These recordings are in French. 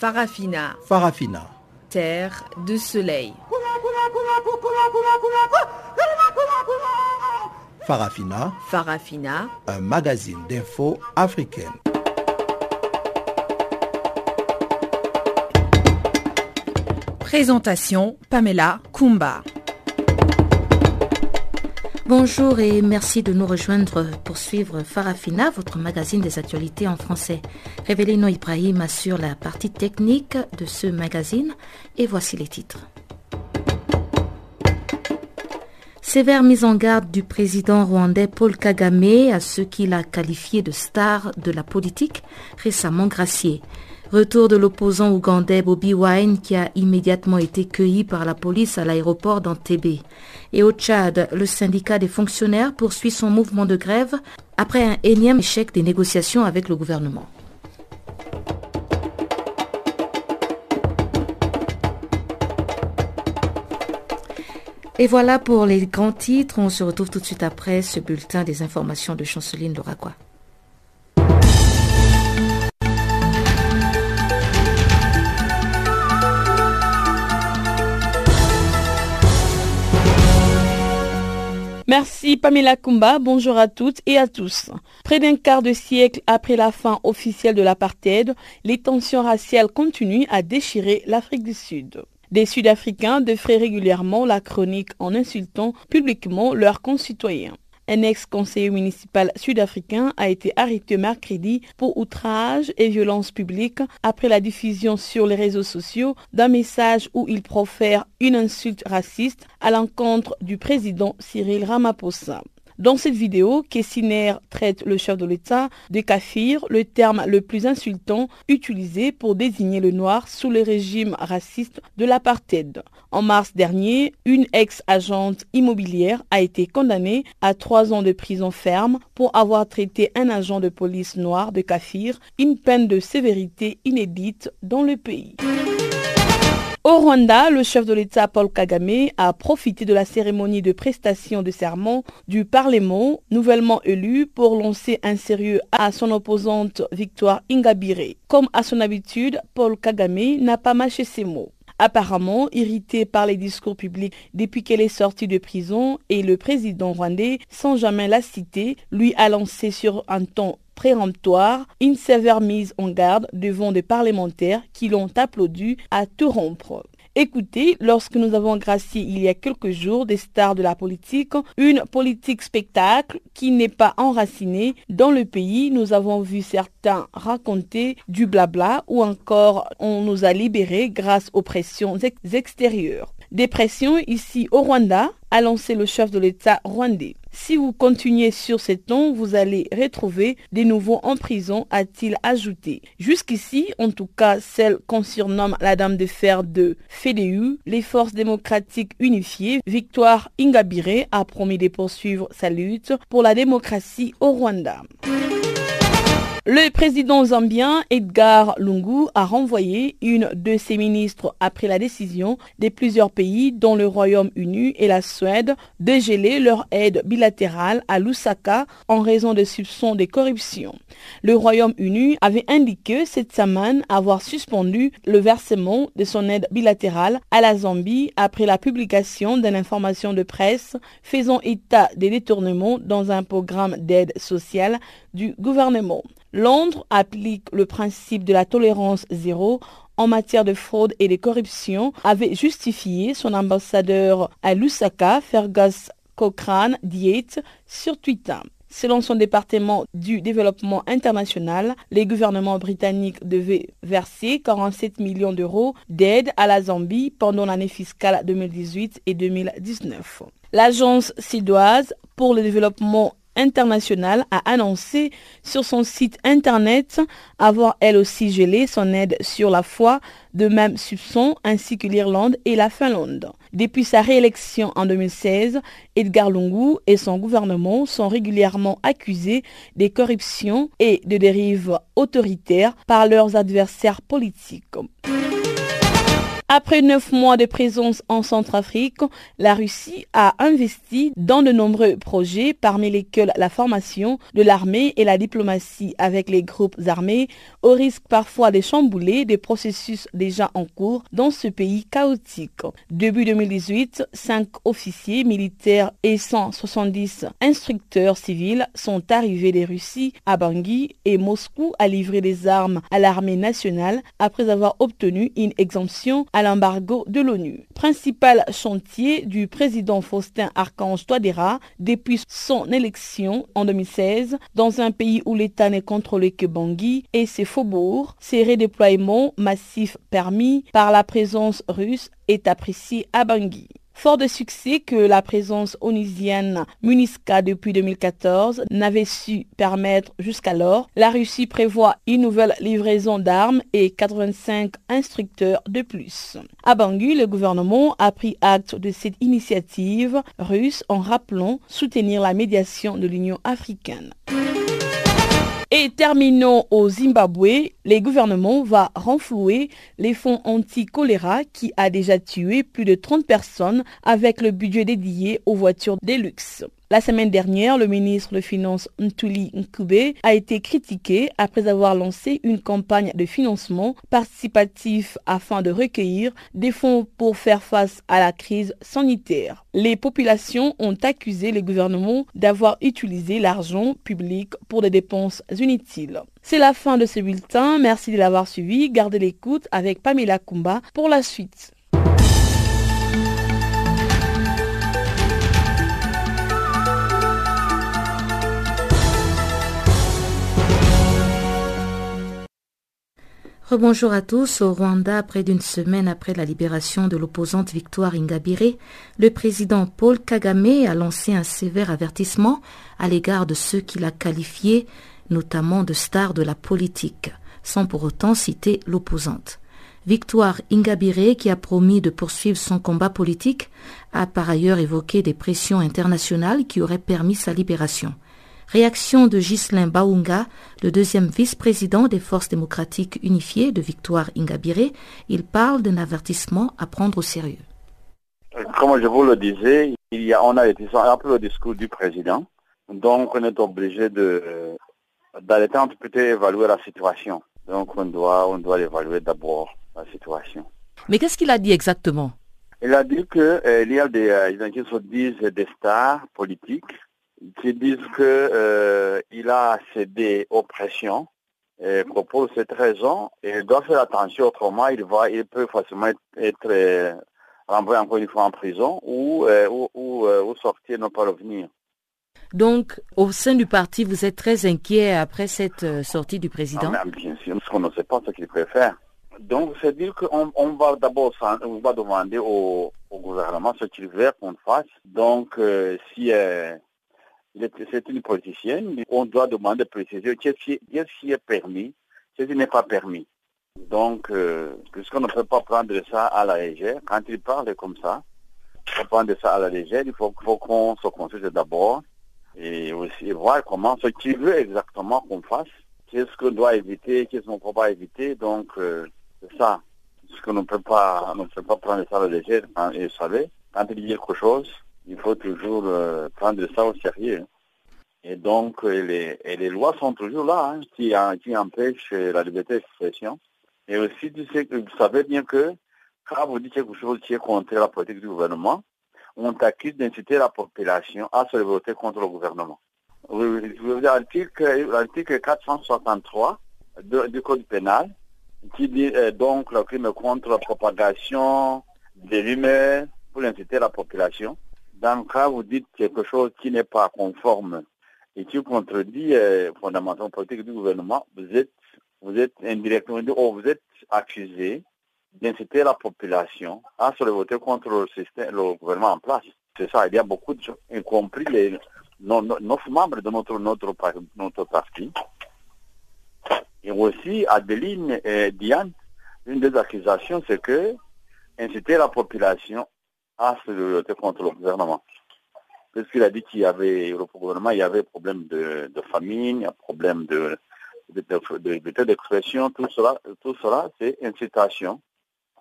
Farafina. Farafina. Terre de soleil. Farafina. Farafina. Un magazine d'infos africaine. Présentation Pamela Kumba. Bonjour et merci de nous rejoindre pour suivre Farafina, votre magazine des actualités en français. Révélino Ibrahim assure la partie technique de ce magazine et voici les titres. Sévère mise en garde du président rwandais Paul Kagame à ceux qu'il a qualifiés de stars de la politique récemment graciés. Retour de l'opposant ougandais Bobi Wine qui a immédiatement été cueilli par la police à l'aéroport d'Entebbe. Et au Tchad, le syndicat des fonctionnaires poursuit son mouvement de grève après un énième échec des négociations avec le gouvernement. Et voilà pour les grands titres. On se retrouve tout de suite après ce bulletin des informations de Chanceline Loraquois. Merci Pamela Kumba, bonjour à toutes et à tous. Près d'un quart de siècle après la fin officielle de l'apartheid, les tensions raciales continuent à déchirer l'Afrique du Sud. Des Sud-Africains defraient régulièrement la chronique en insultant publiquement leurs concitoyens. Un ex-conseiller municipal sud-africain a été arrêté mercredi pour outrage et violence publique après la diffusion sur les réseaux sociaux d'un message où il profère une insulte raciste à l'encontre du président Cyril Ramaphosa. Dans cette vidéo, Kessiner traite le chef de l'État de kafir, le terme le plus insultant utilisé pour désigner le noir sous le régime raciste de l'apartheid. En mars dernier, une ex-agente immobilière a été condamnée à 3 ans de prison ferme pour avoir traité un agent de police noir de kafir, une peine de sévérité inédite dans le pays. Au Rwanda, le chef de l'État Paul Kagame a profité de la cérémonie de prestation de serment du Parlement nouvellement élu pour lancer un sérieux à son opposante Victoire Ingabire. Comme à son habitude, Paul Kagame n'a pas mâché ses mots. Apparemment irrité par les discours publics depuis qu'elle est sortie de prison et le président rwandais, sans jamais la citer, lui a lancé sur un ton péremptoire une sévère mise en garde devant des parlementaires qui l'ont applaudi à tout rompre. Écoutez, lorsque nous avons gracié il y a quelques jours des stars de la politique, une politique spectacle qui n'est pas enracinée dans le pays, nous avons vu certains raconter du blabla ou encore on nous a libérés grâce aux pressions extérieures. Des pressions ici au Rwanda, a lancé le chef de l'État rwandais. Si vous continuez sur ces tons, vous allez retrouver des nouveaux en prison, a-t-il ajouté. Jusqu'ici, en tout cas celle qu'on surnomme la dame de fer de FDU, les forces démocratiques unifiées, Victoire Ingabire a promis de poursuivre sa lutte pour la démocratie au Rwanda. Le président zambien Edgar Lungu a renvoyé une de ses ministres après la décision de plusieurs pays, dont le Royaume-Uni et la Suède, de geler leur aide bilatérale à Lusaka en raison de soupçons de corruption. Le Royaume-Uni avait indiqué cette semaine avoir suspendu le versement de son aide bilatérale à la Zambie après la publication d'une information de presse faisant état des détournements dans un programme d'aide sociale du gouvernement. Londres applique le principe de la tolérance zéro en matière de fraude et de corruption, avait justifié son ambassadeur à Lusaka, Fergus Cochrane Diet, sur Twitter. Selon son département du développement international, les gouvernements britanniques devaient verser 47 millions d'euros d'aide à la Zambie pendant l'année fiscale 2018 et 2019. L'agence suédoise pour le développement international a annoncé sur son site internet avoir elle aussi gelé son aide sur la foi, de même soupçon ainsi que l'Irlande et la Finlande. Depuis sa réélection en 2016, Edgar Lungu et son gouvernement sont régulièrement accusés de corruption et de dérives autoritaires par leurs adversaires politiques. Après 9 mois de présence en Centrafrique, la Russie a investi dans de nombreux projets, parmi lesquels la formation de l'armée et la diplomatie avec les groupes armés, au risque parfois de chambouler des processus déjà en cours dans ce pays chaotique. Début 2018, 5 officiers militaires et 170 instructeurs civils sont arrivés de Russie à Bangui et Moscou a livré des armes à l'armée nationale après avoir obtenu une exemption à l'embargo de l'ONU. Principal chantier du président Faustin Archange Touadéra depuis son élection en 2016 dans un pays où l'État n'est contrôlé que Bangui et ses faubourgs, ces redéploiements massifs permis par la présence russe est apprécié à Bangui. Fort de succès que la présence onusienne MINUSCA depuis 2014 n'avait su permettre jusqu'alors, la Russie prévoit une nouvelle livraison d'armes et 85 instructeurs de plus. À Bangui, le gouvernement a pris acte de cette initiative russe en rappelant soutenir la médiation de l'Union africaine. Et terminons au Zimbabwe, le gouvernement va renflouer les fonds anti-choléra qui a déjà tué plus de 30 personnes avec le budget dédié aux voitures de luxe. La semaine dernière, le ministre des Finances Ntuli Nkube a été critiqué après avoir lancé une campagne de financement participatif afin de recueillir des fonds pour faire face à la crise sanitaire. Les populations ont accusé le gouvernement d'avoir utilisé l'argent public pour des dépenses inutiles. C'est la fin de ce bulletin. Merci de l'avoir suivi. Gardez l'écoute avec Pamela Kumba pour la suite. Rebonjour à tous. Au Rwanda, près d'une semaine après la libération de l'opposante Victoire Ingabire, le président Paul Kagame a lancé un sévère avertissement à l'égard de ceux qu'il a qualifiés, notamment de stars de la politique, sans pour autant citer l'opposante. Victoire Ingabire, qui a promis de poursuivre son combat politique, a par ailleurs évoqué des pressions internationales qui auraient permis sa libération. Réaction de Ghislain Baounga, le deuxième vice-président des Forces démocratiques unifiées de Victoire Ingabire. Il parle d'un avertissement à prendre au sérieux. Comme je vous le disais, on a été après le discours du président, donc on est obligé d'arrêter un petit peu d'évaluer la situation. Donc on doit évaluer d'abord la situation. Mais qu'est-ce qu'il a dit exactement? Il a dit qu'il y a des gens qui se disent des stars politiques, qui disent qu'il a cédé aux pressions et pour cette raison, il doit faire attention, autrement il peut facilement être renvoyé encore une fois en prison ou sortir, ne pas revenir. Donc, au sein du parti, vous êtes très inquiet après cette sortie du président? Bien sûr, parce qu'on ne sait pas ce qu'il peut faire. Donc, c'est dire qu'on va d'abord demander au gouvernement ce qu'il veut qu'on fasse. Donc, si c'est une politicienne, on doit demander de préciser qu'est-ce qui est permis, ce qui n'est pas permis. Donc, puisqu'on ne peut pas prendre ça à la légère, quand il parle comme ça, pour prendre ça à la légère, il faut qu'on se consulte d'abord et aussi voir comment ce qu'il veut exactement qu'on fasse, qu'est-ce qu'on doit éviter, qu'est-ce qu'on ne peut pas éviter. Donc, c'est ça. Parce qu'on ne peut pas prendre ça à la légère. Et vous savez, quand il dit quelque chose, il faut toujours prendre ça au sérieux. Et donc, les lois sont toujours là, qui empêchent la liberté d'expression. Et aussi, vous savez bien que quand vous dites quelque chose qui est contre la politique du gouvernement, on t'accuse d'inciter la population à se voter contre le gouvernement. L'article 463 du Code pénal, qui dit donc le crime contre la propagation des rumeurs pour inciter la population. Donc, quand vous dites quelque chose qui n'est pas conforme et qui contredit fondamentalement la politique du gouvernement, vous êtes indirectement vous êtes accusé d'inciter la population à se voter contre le gouvernement en place. C'est ça, il y a beaucoup de gens, y compris les 9 membres de notre parti. Et aussi, Adeline et Diane, une des accusations, c'est que inciter la population à se voter contre le gouvernement. Parce qu'il a dit qu'il y avait, le gouvernement, il y avait problème de famine, problème de liberté d'expression, tout cela, c'est incitation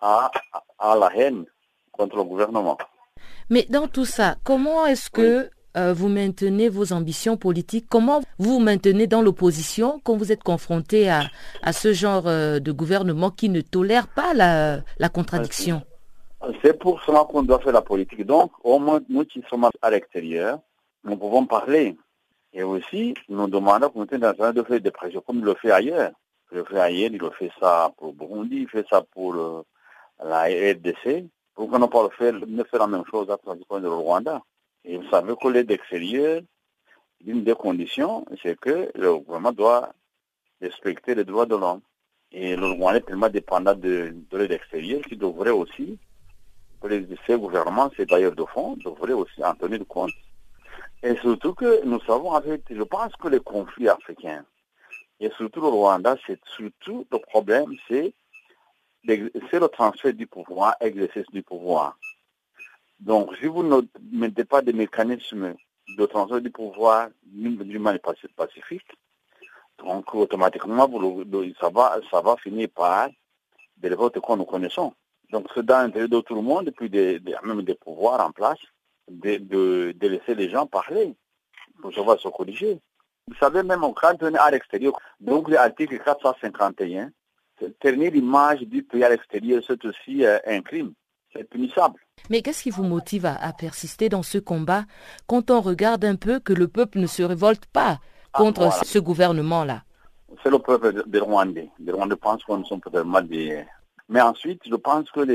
à la haine contre le gouvernement. Mais dans tout ça, comment est-ce que vous maintenez vos ambitions politiques? Comment vous maintenez dans l'opposition quand vous êtes confronté à ce genre de gouvernement qui ne tolère pas la contradiction? C'est pour cela qu'on doit faire la politique. Donc, au moins, nous qui sommes à l'extérieur, nous pouvons parler. Et aussi, nous demandons qu'on est dans un de faire des pressions comme il le fait ailleurs. Il le fait ailleurs, il le fait ça pour Burundi, il fait ça pour la RDC. Pourquoi ne pas ne faire la même chose à travers le Rwanda? Et vous savez que l'aide extérieure, l'une des conditions, c'est que le gouvernement doit respecter les droits de l'homme. Et le Rwanda est tellement dépendant de l'aide extérieure qu'il devrait aussi, ces gouvernements, ces bailleurs de fonds, devraient aussi en tenir compte. Et surtout que nous savons, en fait, je pense que les conflits africains, et surtout le Rwanda, c'est surtout le problème, c'est le transfert du pouvoir, l'exercice du pouvoir. Donc, si vous ne mettez pas des mécanismes de transfert du pouvoir d'une manière pacifique, donc automatiquement, ça va finir par des révoltes que nous connaissons. Donc, c'est dans l'intérêt de tout le monde, et puis même des pouvoirs en place, de laisser les gens parler pour savoir se corriger. Vous savez, même quand on est à l'extérieur, donc l'article 451, ternir l'image du pays à l'extérieur, c'est aussi un crime. C'est punissable. Mais qu'est-ce qui vous motive à persister dans ce combat quand on regarde un peu que le peuple ne se révolte pas contre ce gouvernement-là? C'est le peuple des Rwandais. Les Rwandais pensent qu'on sont peut-être mal des... Mais ensuite, je pense que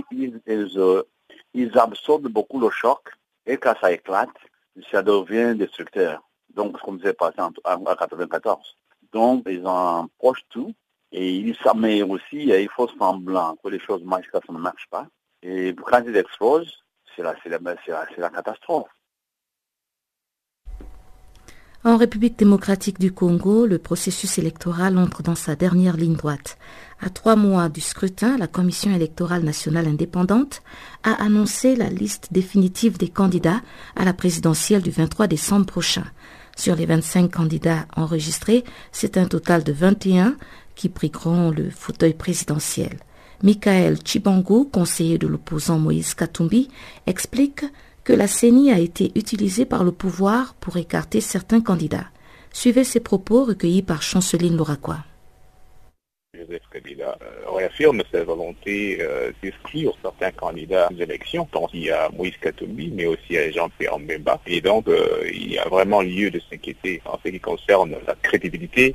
ils absorbent beaucoup le choc et quand ça éclate, ça devient destructeur. Donc, comme c'est passé en 1994. Donc, ils empochent tout et mais aussi, il faut semblant que les choses marchent quand ça ne marche pas. Et quand ils explosent, c'est la catastrophe. En République démocratique du Congo, le processus électoral entre dans sa dernière ligne droite. À 3 mois du scrutin, la Commission électorale nationale indépendante a annoncé la liste définitive des candidats à la présidentielle du 23 décembre prochain. Sur les 25 candidats enregistrés, c'est un total de 21 qui prendront le fauteuil présidentiel. Michael Chibangu, conseiller de l'opposant Moïse Katumbi, explique que la CENI a été utilisée par le pouvoir pour écarter certains candidats. Suivez ces propos recueillis par Chanceline Louraquois. Joseph Kabila réaffirme sa volonté d'exclure certains candidats aux élections, tant il y a Moïse Katumbi, mais aussi à Jean-Pierre Mbemba. Et donc, il y a vraiment lieu de s'inquiéter en ce qui concerne la crédibilité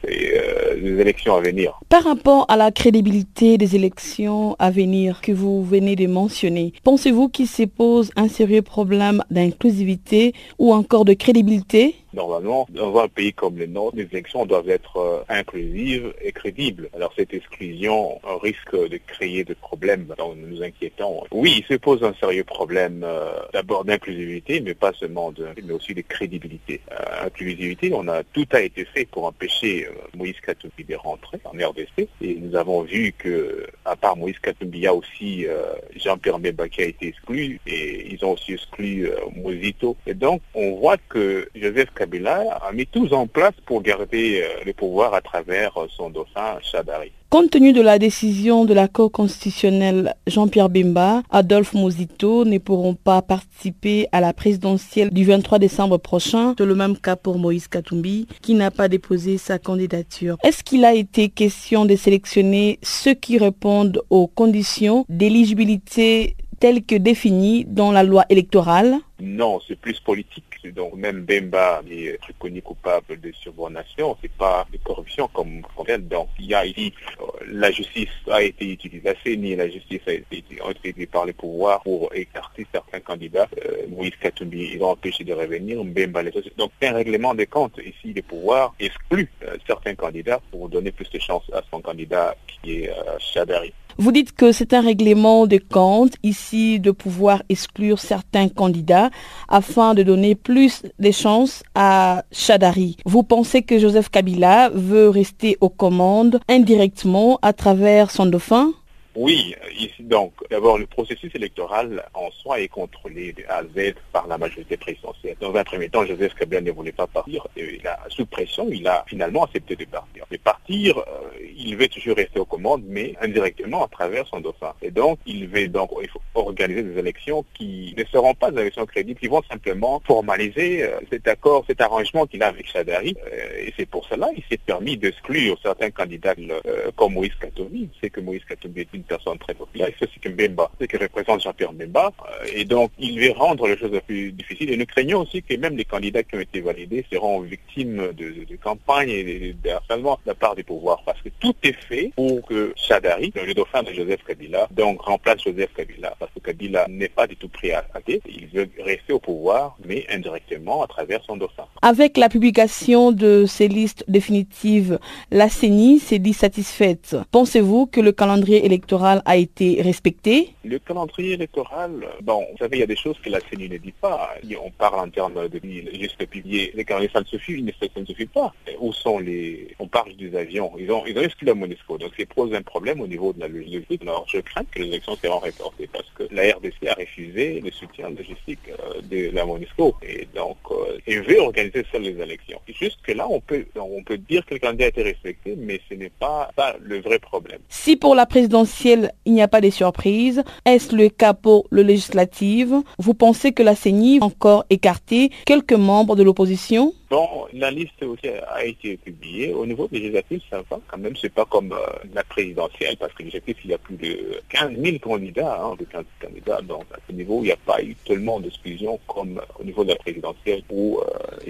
des élections à venir. Par rapport à la crédibilité des élections à venir que vous venez de mentionner, pensez-vous qu'il se pose un sérieux problème d'inclusivité ou encore de crédibilité? Normalement, dans un pays comme le nôtre, les élections doivent être inclusives et crédibles. Alors cette exclusion risque de créer des problèmes dont nous nous inquiétons. Oui, il se pose un sérieux problème d'abord d'inclusivité, mais pas seulement mais aussi de crédibilité. Inclusivité, tout a été fait pour empêcher Moïse Katumbi de rentrer en RDC. Et nous avons vu que, à part Moïse Katumbi, il y a aussi Jean-Pierre Mbemba qui a été exclu, et ils ont aussi exclu Mozito. Et donc, on voit que Joseph Kabila a mis tout en place pour garder le pouvoir à travers son dauphin Chadari. Compte tenu de la décision de la Cour constitutionnelle, Jean-Pierre Bemba, Adolphe Mozito ne pourront pas participer à la présidentielle du 23 décembre prochain. C'est le même cas pour Moïse Katumbi, qui n'a pas déposé sa candidature. Est-ce qu'il a été question de sélectionner ceux qui répondent aux conditions d'éligibilité telles que définies dans la loi électorale? Non, c'est plus politique. Donc même Bemba est reconnu coupable de subornation, c'est pas de corruption comme tel. Donc il y a ici la justice a été utilisée, la CENI et la justice a été utilisée par les pouvoirs pour écarter certains candidats. Moïse Katumbi, ils ont empêché de revenir, Bemba les autres. Donc c'est un règlement des comptes. Ici, les pouvoirs excluent certains candidats pour donner plus de chance à son candidat qui est Chadari. Vous dites que c'est un règlement de compte ici de pouvoir exclure certains candidats afin de donner plus de chances à Chadari. Vous pensez que Joseph Kabila veut rester aux commandes indirectement à travers son dauphin? Oui, ici donc, d'abord le processus électoral en soi est contrôlé de A à Z par la majorité présidentielle. Dans un premier temps, Joseph Kabila ne voulait pas partir. Et sous pression, il a finalement accepté de partir. De partir, il veut toujours rester aux commandes, mais indirectement à travers son dauphin. Et donc, il faut organiser des élections qui ne seront pas des élections crédibles, qui vont simplement formaliser cet accord, cet arrangement qu'il a avec Chadari. Et c'est pour cela qu'il s'est permis d'exclure certains candidats comme Moïse Katumbi. C'est que Moïse Katumbi est une personne très populaire. C'est ce que Mbemba, c'est que représente Jean-Pierre Mbemba. Et donc, il veut rendre les choses plus difficiles. Et nous craignons aussi que même les candidats qui ont été validés seront victimes de campagne et de harcèlement de la part du pouvoir. Parce que tout est fait pour que Chadari, le dauphin de Joseph Kabila, donc remplace Joseph Kabila. Parce que Kabila n'est pas du tout prêt à attaquer. Il veut rester au pouvoir, mais indirectement à travers son dauphin. Avec la publication de ces listes définitives, la CENI s'est dit satisfaite. Pensez-vous que le calendrier électoral a été respecté? Le calendrier électoral, vous savez, il y a des choses que la CENI ne dit pas. On parle en termes de juste publier. Les calendriers, ça ne suffit pas. Où sont on parle des avions. Ils ont exclu la MONUSCO. Donc, ça pose un problème au niveau de la logistique. Alors, je crains que les élections seront reportées parce que la RDC a refusé le soutien logistique de la MONUSCO. Et donc, il veut organiser seules les élections. Et jusque-là, on peut dire que le calendrier a été respecté, mais ce n'est pas ça le vrai problème. Si pour la présidentielle, il n'y a pas de surprise, est-ce le cas pour le législatif? Vous pensez que la CENI a encore écarté quelques membres de l'opposition? Bon, la liste aussi a été publiée. Au niveau législatif, ça va quand même. C'est pas comme la présidentielle, parce que législatif, il y a plus de 15 000 candidats, Donc, à ce niveau, il n'y a pas eu tellement d'exclusion comme au niveau de la présidentielle où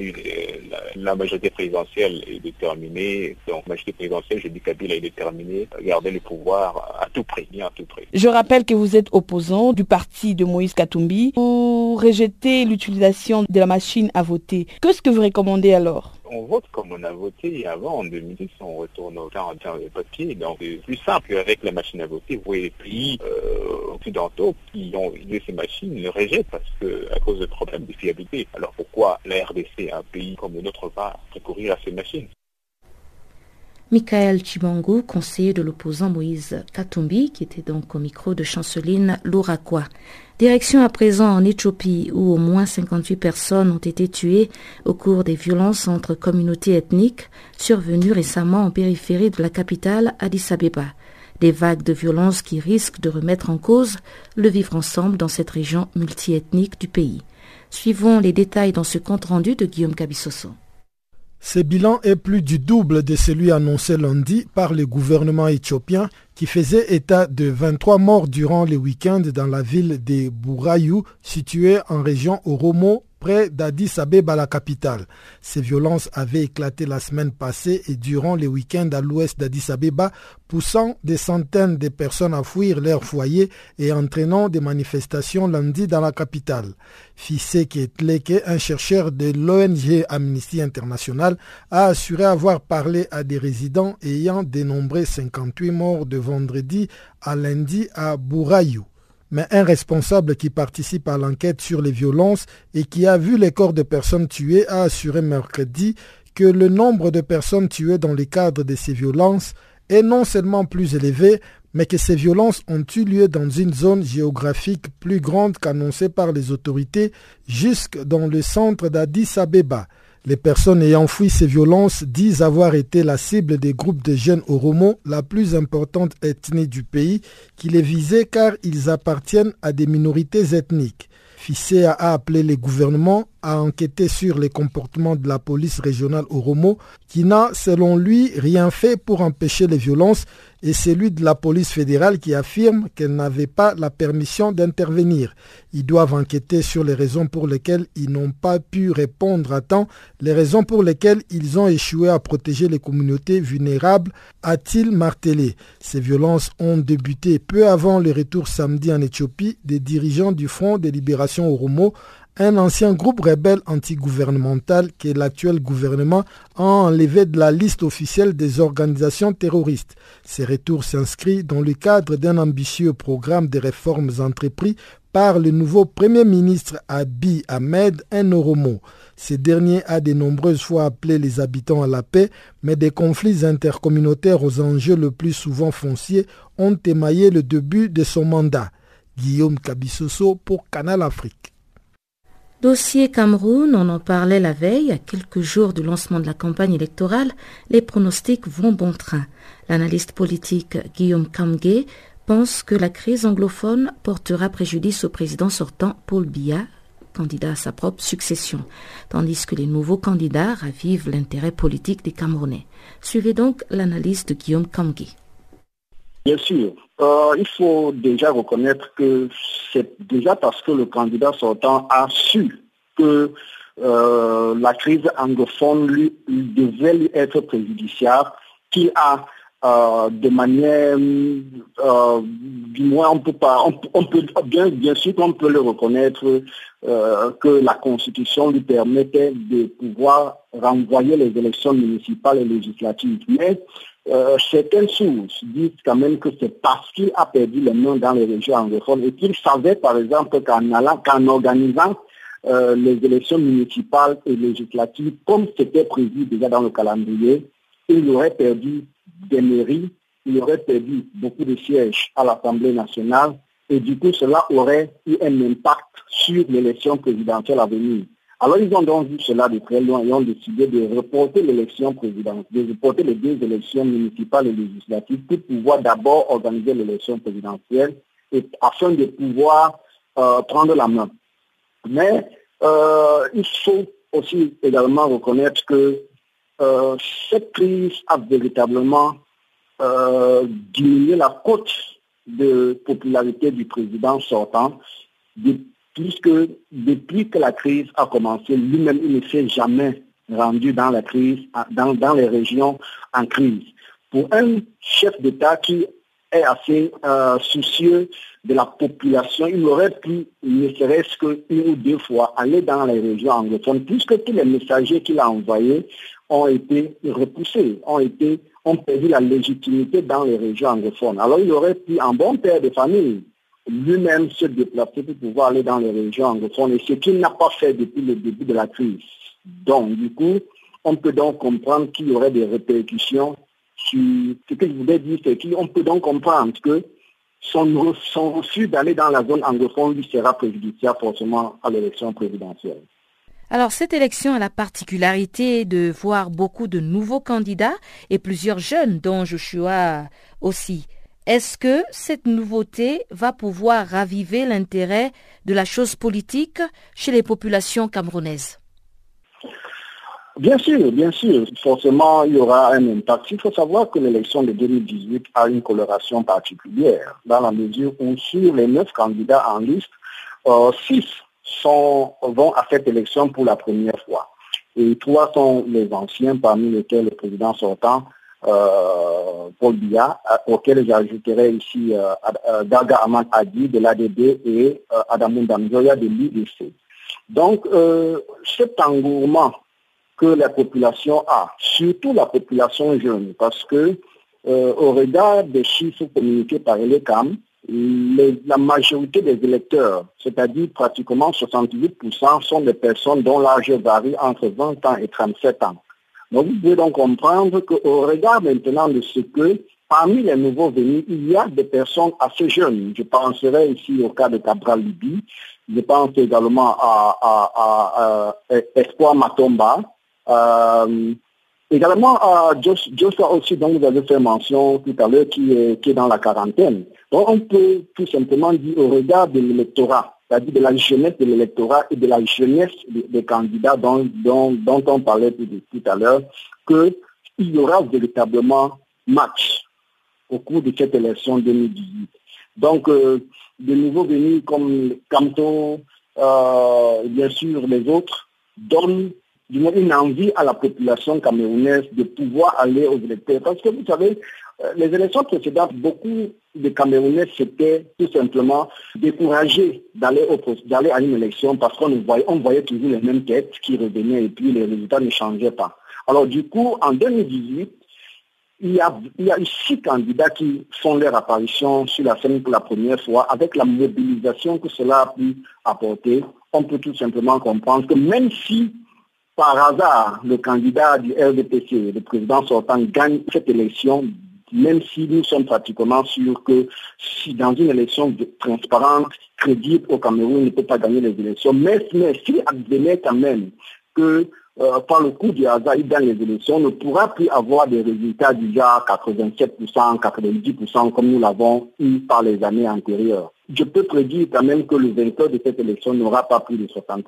la majorité présidentielle est déterminée. Donc, la majorité présidentielle, je dis Kabila est déterminé à garder le pouvoir à tout prix, bien à tout prix. Je rappelle que vous êtes opposant du parti de Moïse Katumbi. Vous rejetez l'utilisation de la machine à voter. Qu'est-ce que vous recommandez alors? On vote comme on a voté avant, en 2010, on retourne au temps de papier. Donc, c'est plus simple avec la machine à voter. Vous voyez les pays occidentaux qui ont utilisé ces machines le rejettent parce que à cause de problèmes de fiabilité. Alors, pourquoi la RDC, un pays comme le nôtre, va recourir à ces machines? Michael Chibangu, conseiller de l'opposant Moïse Katumbi, qui était donc au micro de Chanceline Lourakwa. Direction à présent en Éthiopie, où au moins 58 personnes ont été tuées au cours des violences entre communautés ethniques survenues récemment en périphérie de la capitale Addis Abeba. Des vagues de violence qui risquent de remettre en cause le vivre ensemble dans cette région multiethnique du pays. Suivons les détails dans ce compte-rendu de Guillaume Kabissoso. Ce bilan est plus du double de celui annoncé lundi par le gouvernement éthiopien qui faisait état de 23 morts durant le week-end dans la ville de Burayu, située en région Oromo, près d'Addis Abeba, la capitale. Ces violences avaient éclaté la semaine passée et durant le week-end à l'ouest d'Addis Abeba, poussant des centaines de personnes à fuir leur foyer et entraînant des manifestations lundi dans la capitale. Fissé Ketleke, un chercheur de l'ONG Amnesty International, a assuré avoir parlé à des résidents ayant dénombré 58 morts de vendredi à lundi à Burayu. Mais un responsable qui participe à l'enquête sur les violences et qui a vu les corps de personnes tuées a assuré mercredi que le nombre de personnes tuées dans le cadre de ces violences est non seulement plus élevé, mais que ces violences ont eu lieu dans une zone géographique plus grande qu'annoncée par les autorités jusque dans le centre d'Addis Abeba. Les personnes ayant fui ces violences disent avoir été la cible des groupes de jeunes Oromo, la plus importante ethnie du pays, qui les visaient car ils appartiennent à des minorités ethniques. Fissé a appelé les gouvernements à enquêter sur les comportements de la police régionale Oromo, qui n'a, selon lui, rien fait pour empêcher les violences, et celui de la police fédérale qui affirme qu'elle n'avait pas la permission d'intervenir. Ils doivent enquêter sur les raisons pour lesquelles ils n'ont pas pu répondre à temps, les raisons pour lesquelles ils ont échoué à protéger les communautés vulnérables, a-t-il martelé. Ces violences ont débuté peu avant le retour samedi en Éthiopie des dirigeants du Front de libération Oromo, un ancien groupe rebelle antigouvernemental que l'actuel gouvernement a enlevé de la liste officielle des organisations terroristes. Ces retours s'inscrivent dans le cadre d'un ambitieux programme de réformes entrepris par le nouveau Premier ministre Abiy Ahmed, un Oromo. Ce dernier a de nombreuses fois appelé les habitants à la paix, mais des conflits intercommunautaires aux enjeux le plus souvent fonciers ont émaillé le début de son mandat. Guillaume Kabissoso pour Canal Afrique. Dossier Cameroun, on en parlait la veille, à quelques jours du lancement de la campagne électorale, les pronostics vont bon train. L'analyste politique Guillaume Kamge pense que la crise anglophone portera préjudice au président sortant Paul Biya, candidat à sa propre succession, tandis que les nouveaux candidats ravivent l'intérêt politique des Camerounais. Suivez donc l'analyse de Guillaume Kamge. Bien sûr, il faut déjà reconnaître que c'est déjà parce que le candidat sortant a su que la crise anglophone lui devait lui être préjudiciable, qu'il a de manière, du moins on peut bien sûr qu'on peut le reconnaître, que la Constitution lui permettait de pouvoir renvoyer les élections municipales et législatives. Mais certaines sources disent quand même que c'est parce qu'il a perdu les mains dans les régions anglophones et qu'il savait par exemple qu'en organisant les élections municipales et législatives, comme c'était prévu déjà dans le calendrier, il aurait perdu des mairies, il aurait perdu beaucoup de sièges à l'Assemblée nationale et du coup cela aurait eu un impact sur l'élection présidentielle à venir. Alors ils ont donc vu cela de très loin et ont décidé de reporter l'élection présidentielle, de reporter les deux élections municipales et législatives pour pouvoir d'abord organiser l'élection présidentielle et afin de pouvoir prendre la main. Mais il faut aussi également reconnaître que cette crise a véritablement diminué la cote de popularité du président sortant, puisque depuis que la crise a commencé, lui-même il ne s'est jamais rendu dans la crise, dans les régions en crise. Pour un chef d'État qui est assez soucieux de la population, il aurait pu, ne serait-ce qu'une ou deux fois, aller dans les régions anglophones, puisque tous les messagers qu'il a envoyés ont été repoussés, ont perdu la légitimité dans les régions anglophones. Alors il aurait pu, en bon père de famille, lui-même se déplacer pour pouvoir aller dans les régions anglophones, et ce qu'il n'a pas fait depuis le début de la crise. Donc, du coup, on peut donc comprendre qu'il y aurait des répercussions sur ce que je voulais dire, c'est qu'on peut donc comprendre que son refus d'aller dans la zone anglophone lui sera préjudiciable forcément à l'élection présidentielle. Alors, cette élection a la particularité de voir beaucoup de nouveaux candidats et plusieurs jeunes, dont Joshua aussi. Est-ce que cette nouveauté va pouvoir raviver l'intérêt de la chose politique chez les populations camerounaises? Bien sûr. Forcément, il y aura un impact. Il faut savoir que l'élection de 2018 a une coloration particulière, dans la mesure où sur les 9 candidats en liste, 6 vont à cette élection pour la première fois. Et 3 sont les anciens, parmi lesquels le président sortant, Paul Biya, auquel j'ajouterai ici Daga Ahmad Hadi de l'ADD et Adamou Damzoya de l'IDC. Donc, cet engouement que la population a, surtout la population jeune, parce que au regard des chiffres communiqués par l'ECAM, la majorité des électeurs, c'est-à-dire pratiquement 68%, sont des personnes dont l'âge varie entre 20 ans et 37 ans. Donc vous pouvez donc comprendre qu'au regard maintenant de ce que, parmi les nouveaux venus, il y a des personnes assez jeunes. Je penserai ici au cas de Cabral Libi, je pense également à Espoir Matomba, également à Joshua aussi, dont vous avez fait mention tout à l'heure, qui est dans la quarantaine. Donc on peut tout simplement dire au regard de l'électorat, c'est-à-dire de la jeunesse de l'électorat et de la jeunesse des candidats dont on parlait tout à l'heure, qu'il y aura véritablement match au cours de cette élection 2018. Donc, de nouveaux venus comme Camto, bien sûr les autres, donnent une envie à la population camerounaise de pouvoir aller aux électeurs. Parce que vous savez, les élections précédentes, beaucoup de Camerounais s'étaient tout simplement découragés d'aller à une élection parce qu'on voyait toujours les mêmes têtes qui revenaient et puis les résultats ne changeaient pas. Alors du coup, en 2018, il y a eu 6 candidats qui font leur apparition sur la scène pour la première fois. Avec la mobilisation que cela a pu apporter, on peut tout simplement comprendre que même si par hasard, le candidat du RDPC, le président sortant, gagne cette élection, même si nous sommes pratiquement sûrs que si dans une élection transparente, crédible au Cameroun, il ne peut pas gagner les élections. Mais s'il advenait quand même que par le coup du hasard, il gagne les élections, on ne pourra plus avoir des résultats du genre 87%, 90% comme nous l'avons eu par les années antérieures. Je peux prédire quand même que le vainqueur de cette élection n'aura pas plus de 60%.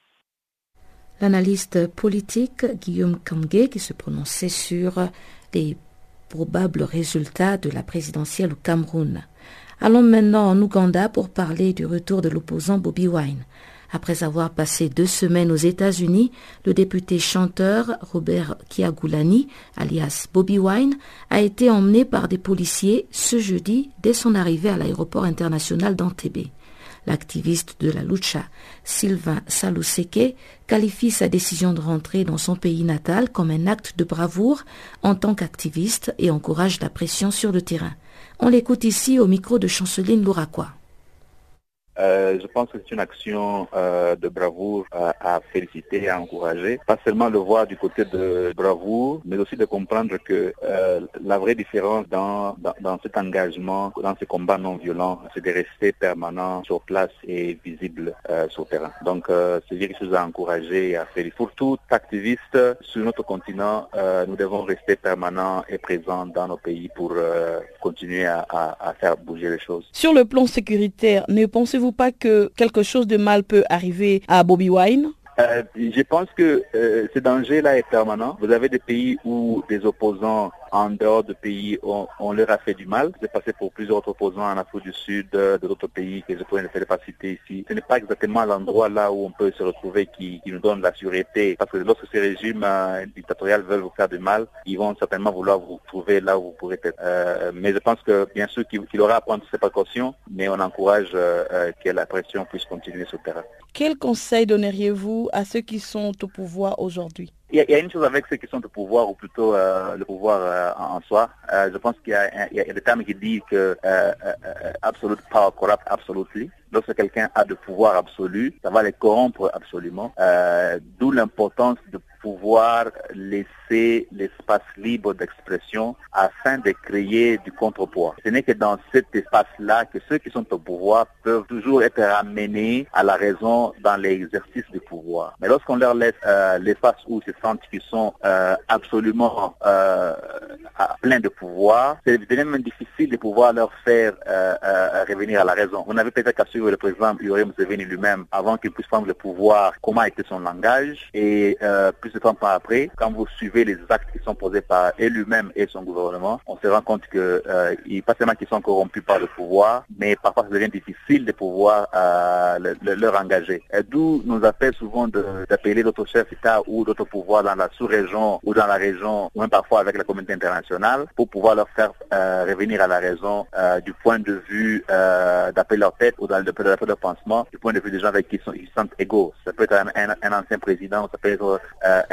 L'analyste politique Guillaume Kamge qui se prononçait sur les probables résultats de la présidentielle au Cameroun. Allons maintenant en Ouganda pour parler du retour de l'opposant Bobi Wine. Après avoir passé 2 semaines aux États-Unis, le député chanteur Robert Kyagulanyi, alias Bobi Wine, a été emmené par des policiers ce jeudi dès son arrivée à l'aéroport international d'Entebbe. L'activiste de la lucha, Sylvain Saluseke, qualifie sa décision de rentrer dans son pays natal comme un acte de bravoure en tant qu'activiste et encourage la pression sur le terrain. On l'écoute ici au micro de Chanceline Louraquois. Je pense que c'est une action de bravoure à féliciter et à encourager. Pas seulement le voir du côté de bravoure, mais aussi de comprendre que la vraie différence dans cet engagement, dans ce combat non violent, c'est de rester permanent sur place et visible sur le terrain. Donc c'est quelque chose à encourager et à féliciter. Pour tout activiste sur notre continent, nous devons rester permanents et présents dans nos pays pour continuer à faire bouger les choses. Sur le plan sécuritaire, ne pensez-vous pas que quelque chose de mal peut arriver à Bobi Wine? Je pense que ce danger-là est permanent. Vous avez des pays où des opposants en dehors de pays, on leur a fait du mal. C'est passé pour plusieurs autres opposants en Afrique du Sud, de d'autres pays que je pourrais ne pas citer ici. Ce n'est pas exactement l'endroit là où on peut se retrouver qui nous donne la sûreté. Parce que lorsque ces régimes dictatoriaux veulent vous faire du mal, ils vont certainement vouloir vous trouver là où vous pourrez être. Mais je pense que bien sûr qu'il aura à prendre ces précautions, mais on encourage que la pression puisse continuer sur le terrain. Quel conseil donneriez-vous à ceux qui sont au pouvoir aujourd'hui? Il y a une chose avec ceux qui sont au pouvoir, ou plutôt le pouvoir en soi. Je pense qu'il y a des termes qui disent que absolute power corrupt absolutely. Lorsque quelqu'un a de pouvoir absolu, ça va les corrompre absolument. D'où l'importance de pouvoir laisser l'espace libre d'expression afin de créer du contrepoids. Ce n'est que dans cet espace-là que ceux qui sont au pouvoir peuvent toujours être ramenés à la raison dans l'exercice du pouvoir. Mais lorsqu'on leur laisse l'espace où ils se sentent qu'ils sont absolument pleins de pouvoir, c'est même difficile de pouvoir leur faire revenir à la raison. Vous n'avez peut-être qu'à suivre le président Yoweri Museveni lui-même avant qu'il puisse prendre le pouvoir, comment était son langage, et plus de temps par après, quand vous suivez les actes qui sont posés par lui-même et son gouvernement, on se rend compte que pas seulement qu'ils sont corrompus par le pouvoir, mais parfois ça devient difficile de pouvoir leur engager. D'où nous appelle souvent d'appeler d'autres chefs d'État ou d'autres pouvoirs dans la sous-région ou dans la région, ou même parfois avec la communauté internationale, pour pouvoir leur faire revenir à la raison du point de vue d'appeler leur tête ou de leur pansement, du point de vue des gens avec qui ils se sentent égaux. Ça peut être un ancien président, ça peut être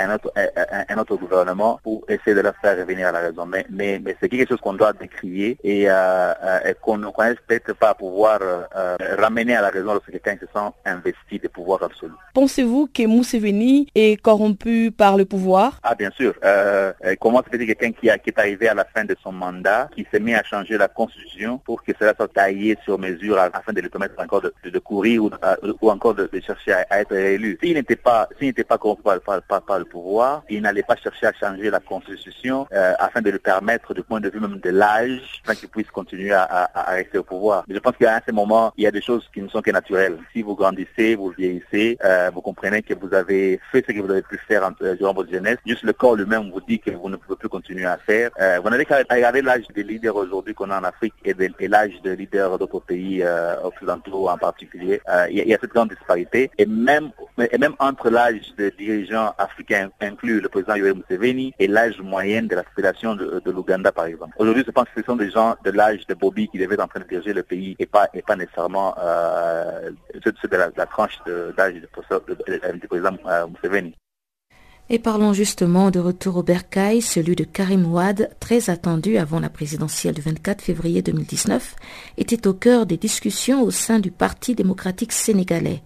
un autre gouvernement, pour essayer de leur faire revenir à la raison. Mais c'est quelque chose qu'on doit décrier et qu'on ne connaisse peut-être pas pouvoir ramener à la raison lorsque quelqu'un se sent investi de pouvoir absolu. Pensez-vous que Museveni est corrompu par le pouvoir? Ah, bien sûr. Comment se fait-il quelqu'un qui est arrivé à la fin de son mandat, qui s'est mis à changer la constitution pour que cela soit taillé sur mesure afin de le permettre encore de courir ou encore de chercher à être réélu? S'il n'était pas corrompu par le pouvoir, il n'allait pas chercher à changer la constitution afin de le permettre du point de vue même de l'âge, afin qu'il puisse continuer à rester au pouvoir. Mais je pense qu'à ce moment, il y a des choses qui ne sont que naturelles. Si vous grandissez, vous vieillissez, vous comprenez que vous avez fait ce que vous avez pu faire durant votre jeunesse. Juste le corps lui-même vous dit que vous ne pouvez plus continuer à faire. Vous n'avez qu'à regarder l'âge des leaders aujourd'hui qu'on a en Afrique et l'âge des leaders d'autres pays occidentaux en particulier. Il y a cette grande disparité. Et même entre l'âge des dirigeants africains, inclus le président Yoweri Museveni, et l'âge moyen de la population de l'Ouganda, par exemple. Aujourd'hui, je pense que ce sont des gens de l'âge de Bobi qui devaient être en train de diriger le pays et pas nécessairement ceux de la tranche d'âge du président Museveni. Et parlons justement de retour au bercail, celui de Karim Wade, très attendu avant la présidentielle du 24 février 2019, était au cœur des discussions au sein du Parti démocratique sénégalais.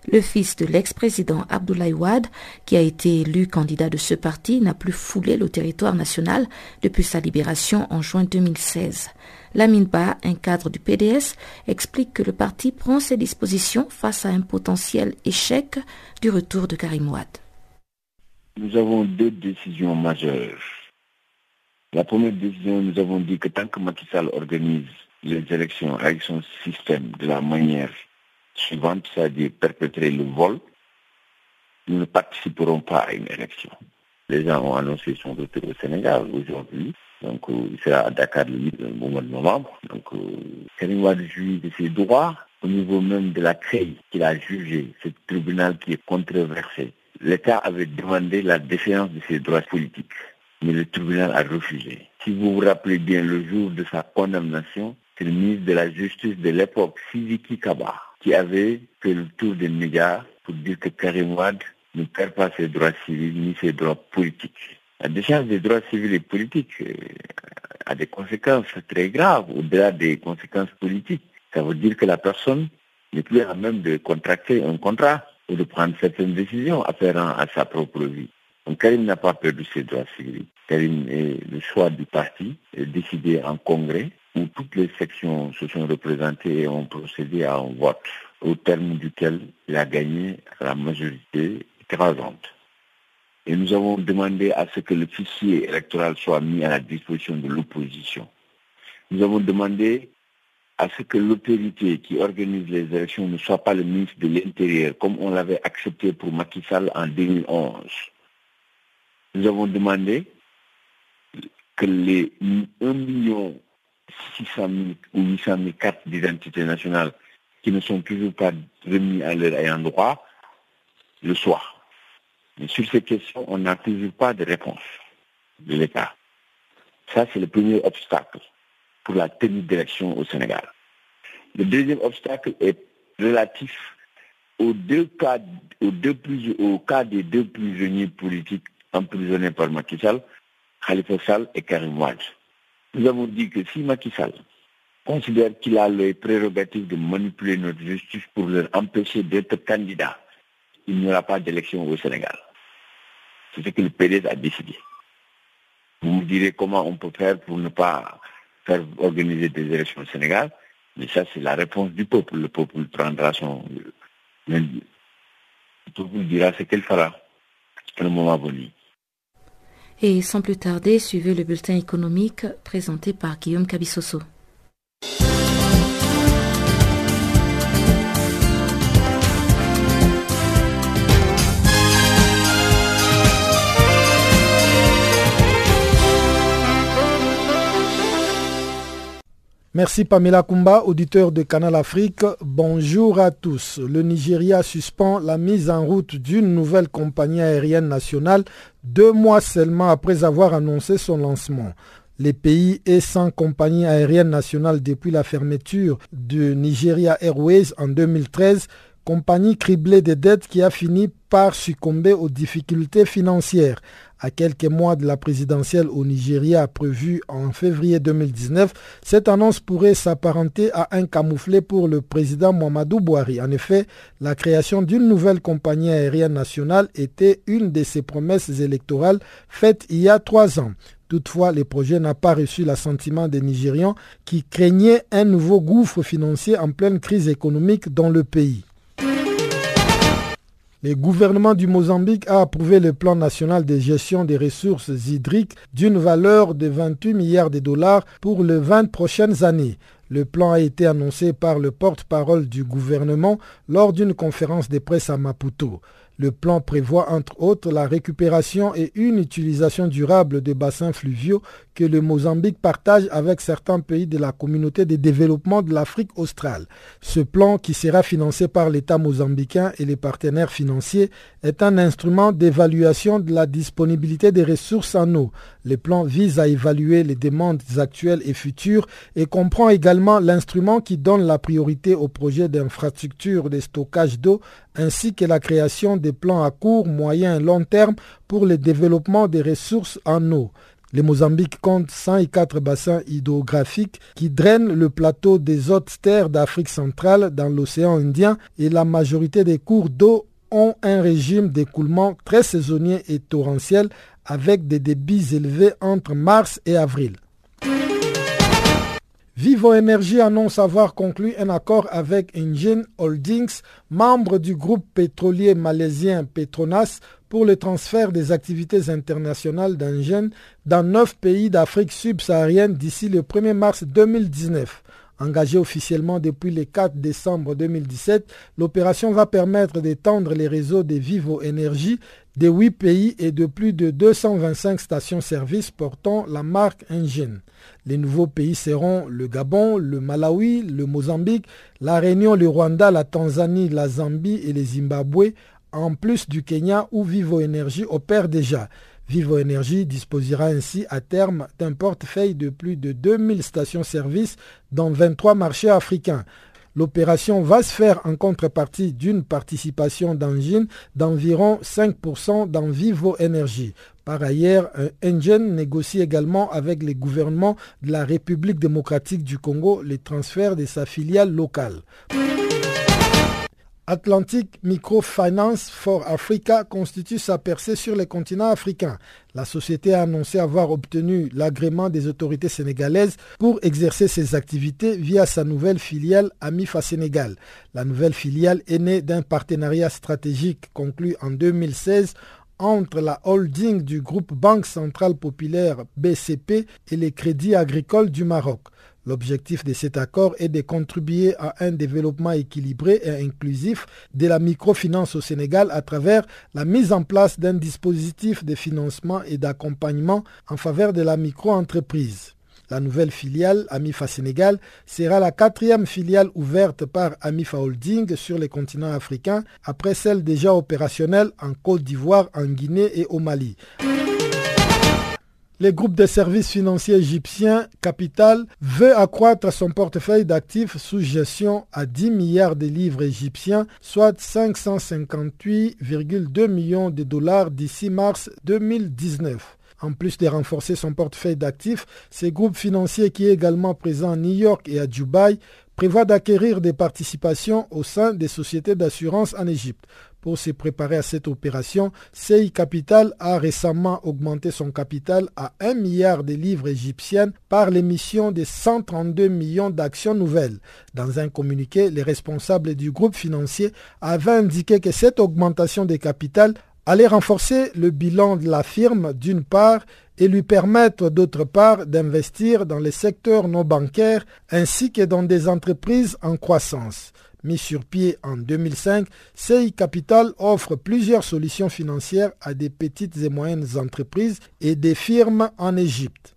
Le fils de l'ex-président Abdoulaye Wade, qui a été élu candidat de ce parti, n'a plus foulé le territoire national depuis sa libération en juin 2016. Lamine Ba, un cadre du PDS, explique que le parti prend ses dispositions face à un potentiel échec du retour de Karim Wade. Nous avons deux décisions majeures. La première décision, nous avons dit que tant que Macky Sall organise les élections avec son système de la manière suivante, c'est-à-dire perpétrer le vol, nous ne participerons pas à une élection. Les gens ont annoncé son retour au Sénégal aujourd'hui, donc il sera à Dakar le mois de novembre. Donc Karim Wade jouit de ses droits au niveau même de la CREI qu'il a jugé, ce tribunal qui est controversé. L'État avait demandé la déchéance de ses droits politiques, mais le tribunal a refusé. Si vous vous rappelez bien, le jour de sa condamnation, c'est le ministre de la Justice de l'époque, Sidiki Kaba, qui avait fait le tour des médias pour dire que Karim Wade ne perd pas ses droits civils ni ses droits politiques. La déchéance des droits civils et politiques a des conséquences très graves, au-delà des conséquences politiques. Ça veut dire que la personne n'est plus à même de contracter un contrat ou de prendre certaines décisions afférentes à sa propre vie. Donc Karim n'a pas perdu ses droits civils. Karim est le choix du parti, décidé en congrès, où toutes les sections se sont représentées et ont procédé à un vote, au terme duquel il a gagné la majorité écrasante. Et nous avons demandé à ce que le fichier électoral soit mis à la disposition de l'opposition. Nous avons demandé à ce que l'autorité qui organise les élections ne soit pas le ministre de l'Intérieur, comme on l'avait accepté pour Macky Sall en 2011. Nous avons demandé que les 1 600 000 ou 800 000 cartes d'identité nationale qui ne sont toujours pas remis à leur ayant droit le soient. Mais sur ces questions, on n'a toujours pas de réponse de l'État. Ça, c'est le premier obstacle pour la tenue d'élections au Sénégal. Le deuxième obstacle est relatif au cas des deux prisonniers politiques emprisonnés par Macky Sall, Khalifa Sall et Karim Wade. Nous avons dit que si Macky Sall considère qu'il a les prérogatives de manipuler notre justice pour leur empêcher d'être candidat, il n'y aura pas d'élection au Sénégal. C'est ce que le PDS a décidé. Vous me direz comment on peut faire pour ne pas faire organiser des élections au Sénégal, mais ça c'est la réponse du peuple. Le peuple prendra son... Le peuple dira ce qu'il fera à le moment venu. Et sans plus tarder, suivez le bulletin économique présenté par Guillaume Kabissoso. Merci Pamela Kumba, auditeur de Canal Afrique. Bonjour à tous. Le Nigeria suspend la mise en route d'une nouvelle compagnie aérienne nationale 2 mois seulement après avoir annoncé son lancement. Le pays est sans compagnie aérienne nationale depuis la fermeture de Nigeria Airways en 2013, compagnie criblée de dettes qui a fini par succomber aux difficultés financières. À quelques mois de la présidentielle au Nigeria prévue en février 2019, cette annonce pourrait s'apparenter à un camouflet pour le président Muhammadu Buhari. En effet, la création d'une nouvelle compagnie aérienne nationale était une de ses promesses électorales faites il y a 3 ans. Toutefois, le projet n'a pas reçu l'assentiment des Nigérians qui craignaient un nouveau gouffre financier en pleine crise économique dans le pays. Le gouvernement du Mozambique a approuvé le plan national de gestion des ressources hydriques d'une valeur de 28 milliards de dollars pour les 20 prochaines années. Le plan a été annoncé par le porte-parole du gouvernement lors d'une conférence de presse à Maputo. Le plan prévoit entre autres la récupération et une utilisation durable des bassins fluviaux que le Mozambique partage avec certains pays de la communauté de développement de l'Afrique australe. Ce plan, qui sera financé par l'État mozambicain et les partenaires financiers, est un instrument d'évaluation de la disponibilité des ressources en eau. Le plan vise à évaluer les demandes actuelles et futures et comprend également l'instrument qui donne la priorité aux projets d'infrastructures de stockage d'eau ainsi que la création des plans à court, moyen et long terme pour le développement des ressources en eau. Le Mozambique compte 104 bassins hydrographiques qui drainent le plateau des hautes terres d'Afrique centrale dans l'océan Indien et la majorité des cours d'eau ont un régime d'écoulement très saisonnier et torrentiel avec des débits élevés entre mars et avril. Vivo Energy annonce avoir conclu un accord avec Engen Holdings, membre du groupe pétrolier malaisien Petronas, pour le transfert des activités internationales d'Engen dans 9 pays d'Afrique subsaharienne d'ici le 1er mars 2019. Engagée officiellement depuis le 4 décembre 2017, l'opération va permettre d'étendre les réseaux de Vivo Energy de 8 pays et de plus de 225 stations-service portant la marque Engen. Les nouveaux pays seront le Gabon, le Malawi, le Mozambique, la Réunion, le Rwanda, la Tanzanie, la Zambie et le Zimbabwe, en plus du Kenya où Vivo Energy opère déjà. Vivo Energy disposera ainsi à terme d'un portefeuille de plus de 2000 stations-service dans 23 marchés africains. L'opération va se faire en contrepartie d'une participation d'Engen d'environ 5% dans Vivo Energy. Par ailleurs, Engen négocie également avec les gouvernements de la République démocratique du Congo les transferts de sa filiale locale. Atlantic Microfinance for Africa constitue sa percée sur le continent africain. La société a annoncé avoir obtenu l'agrément des autorités sénégalaises pour exercer ses activités via sa nouvelle filiale Amifa Sénégal. La nouvelle filiale est née d'un partenariat stratégique conclu en 2016 entre la holding du groupe Banque Centrale Populaire BCP et les Crédits Agricoles du Maroc. L'objectif de cet accord est de contribuer à un développement équilibré et inclusif de la microfinance au Sénégal à travers la mise en place d'un dispositif de financement et d'accompagnement en faveur de la micro-entreprise. La nouvelle filiale Amifa Sénégal sera la 4e filiale ouverte par Amifa Holding sur le continent africain après celle déjà opérationnelle en Côte d'Ivoire, en Guinée et au Mali. Le groupe de services financiers égyptien Capital veut accroître son portefeuille d'actifs sous gestion à 10 milliards de livres égyptiens, soit 558,2 millions de dollars d'ici mars 2019. En plus de renforcer son portefeuille d'actifs, ce groupe financier qui est également présent à New York et à Dubaï prévoit d'acquérir des participations au sein des sociétés d'assurance en Égypte. Pour se préparer à cette opération, CI Capital a récemment augmenté son capital à 1 milliard de livres égyptiennes par l'émission de 132 millions d'actions nouvelles. Dans un communiqué, les responsables du groupe financier avaient indiqué que cette augmentation de capital allait renforcer le bilan de la firme d'une part et lui permettre d'autre part d'investir dans les secteurs non bancaires ainsi que dans des entreprises en croissance. Mis sur pied en 2005, CI Capital offre plusieurs solutions financières à des petites et moyennes entreprises et des firmes en Égypte.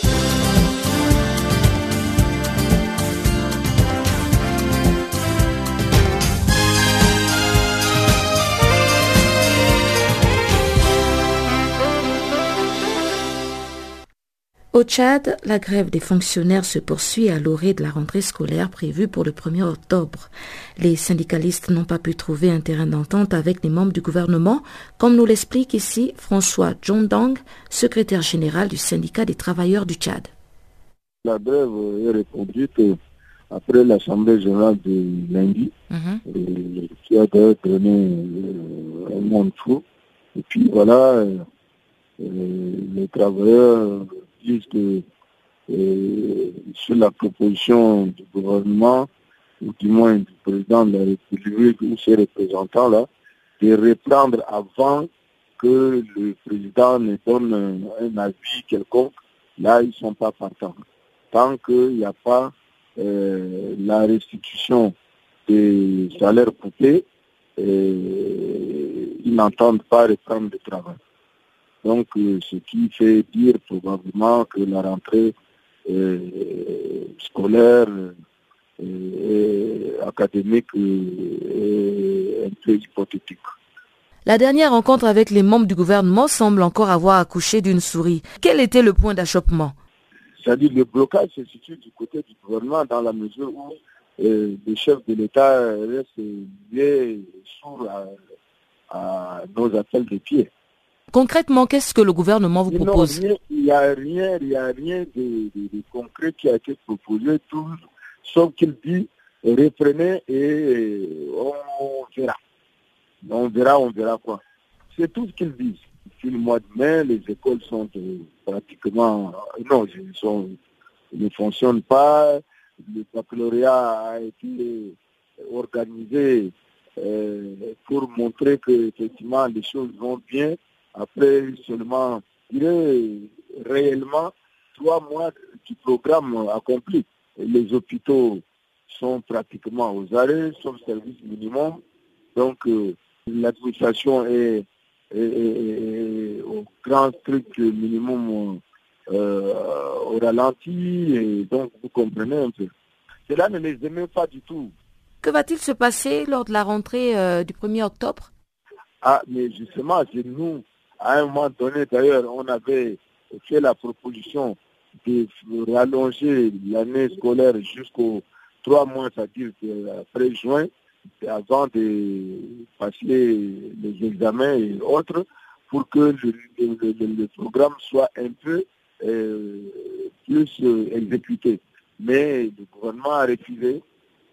Au Tchad, la grève des fonctionnaires se poursuit à l'orée de la rentrée scolaire prévue pour le 1er octobre. Les syndicalistes n'ont pas pu trouver un terrain d'entente avec les membres du gouvernement, comme nous l'explique ici François Djondang, secrétaire général du syndicat des travailleurs du Tchad. La grève est reconduite après l'Assemblée générale de lundi, qui a donné un monde fou. Et puis voilà, les travailleurs disent que sur la proposition du gouvernement, ou du moins du président de la République ou ses représentants-là, de reprendre avant que le président ne donne un avis quelconque, là ils ne sont pas partants. Tant qu'il n'y a pas la restitution des salaires coupés, ils n'entendent pas reprendre le travail. Donc, ce qui fait dire probablement que la rentrée scolaire et académique est un peu hypothétique. La dernière rencontre avec les membres du gouvernement semble encore avoir accouché d'une souris. Quel était le point d'achoppement? C'est-à-dire le blocage se situe du côté du gouvernement dans la mesure où le chef de l'État reste lié sourd à nos appels de pied. Concrètement, qu'est-ce que le gouvernement vous propose? Il n'y a rien de concret qui a été proposé, tout, sauf qu'il dit reprenez et on verra. On verra quoi. C'est tout ce qu'ils disent. Depuis le mois de mai, les écoles sont pratiquement... ne fonctionnent pas. Le baccalauréat a été organisé pour montrer que effectivement les choses vont bien. Après seulement, je dirais, réellement 3 mois du programme accompli. Les hôpitaux sont pratiquement aux arrêts, sauf service minimum. Donc l'administration est au grand strict minimum au ralenti. Et donc vous comprenez un peu. Cela ne les émeut pas du tout. Que va-t-il se passer lors de la rentrée du 1er octobre? Mais justement, nous, à un moment donné, d'ailleurs, on avait fait la proposition de rallonger l'année scolaire jusqu'aux 3 mois, c'est-à-dire après juin, avant de passer les examens et autres, pour que le programme soit un peu plus exécuté. Mais le gouvernement a refusé.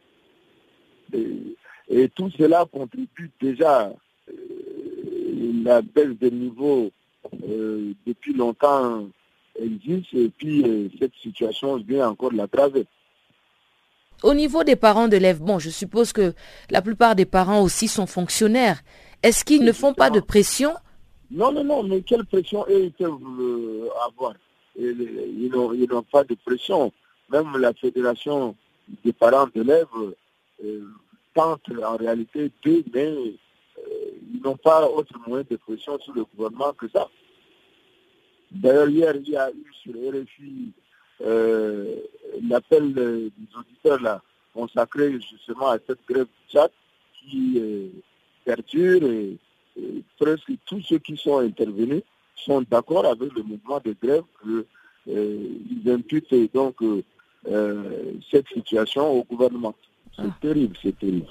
Et tout cela contribue déjà la baisse des niveaux depuis longtemps existe et puis cette situation vient encore l'aggraver. Au niveau des parents d'élèves, je suppose que la plupart des parents aussi sont fonctionnaires. Est-ce qu'ils ne font pas de pression? Non, mais quelle pression eux ils peuvent avoir? Ils n'ont pas de pression. Même la fédération des parents d'élèves tente en réalité d'eux, mais ils n'ont pas autre moyen de pression sur le gouvernement que ça. D'ailleurs, hier, il y a eu sur RFI l'appel des auditeurs là, consacré justement à cette grève du Tchad qui perdure et presque tous ceux qui sont intervenus sont d'accord avec le mouvement de grève qu'ils imputent donc cette situation au gouvernement. C'est terrible, c'est terrible.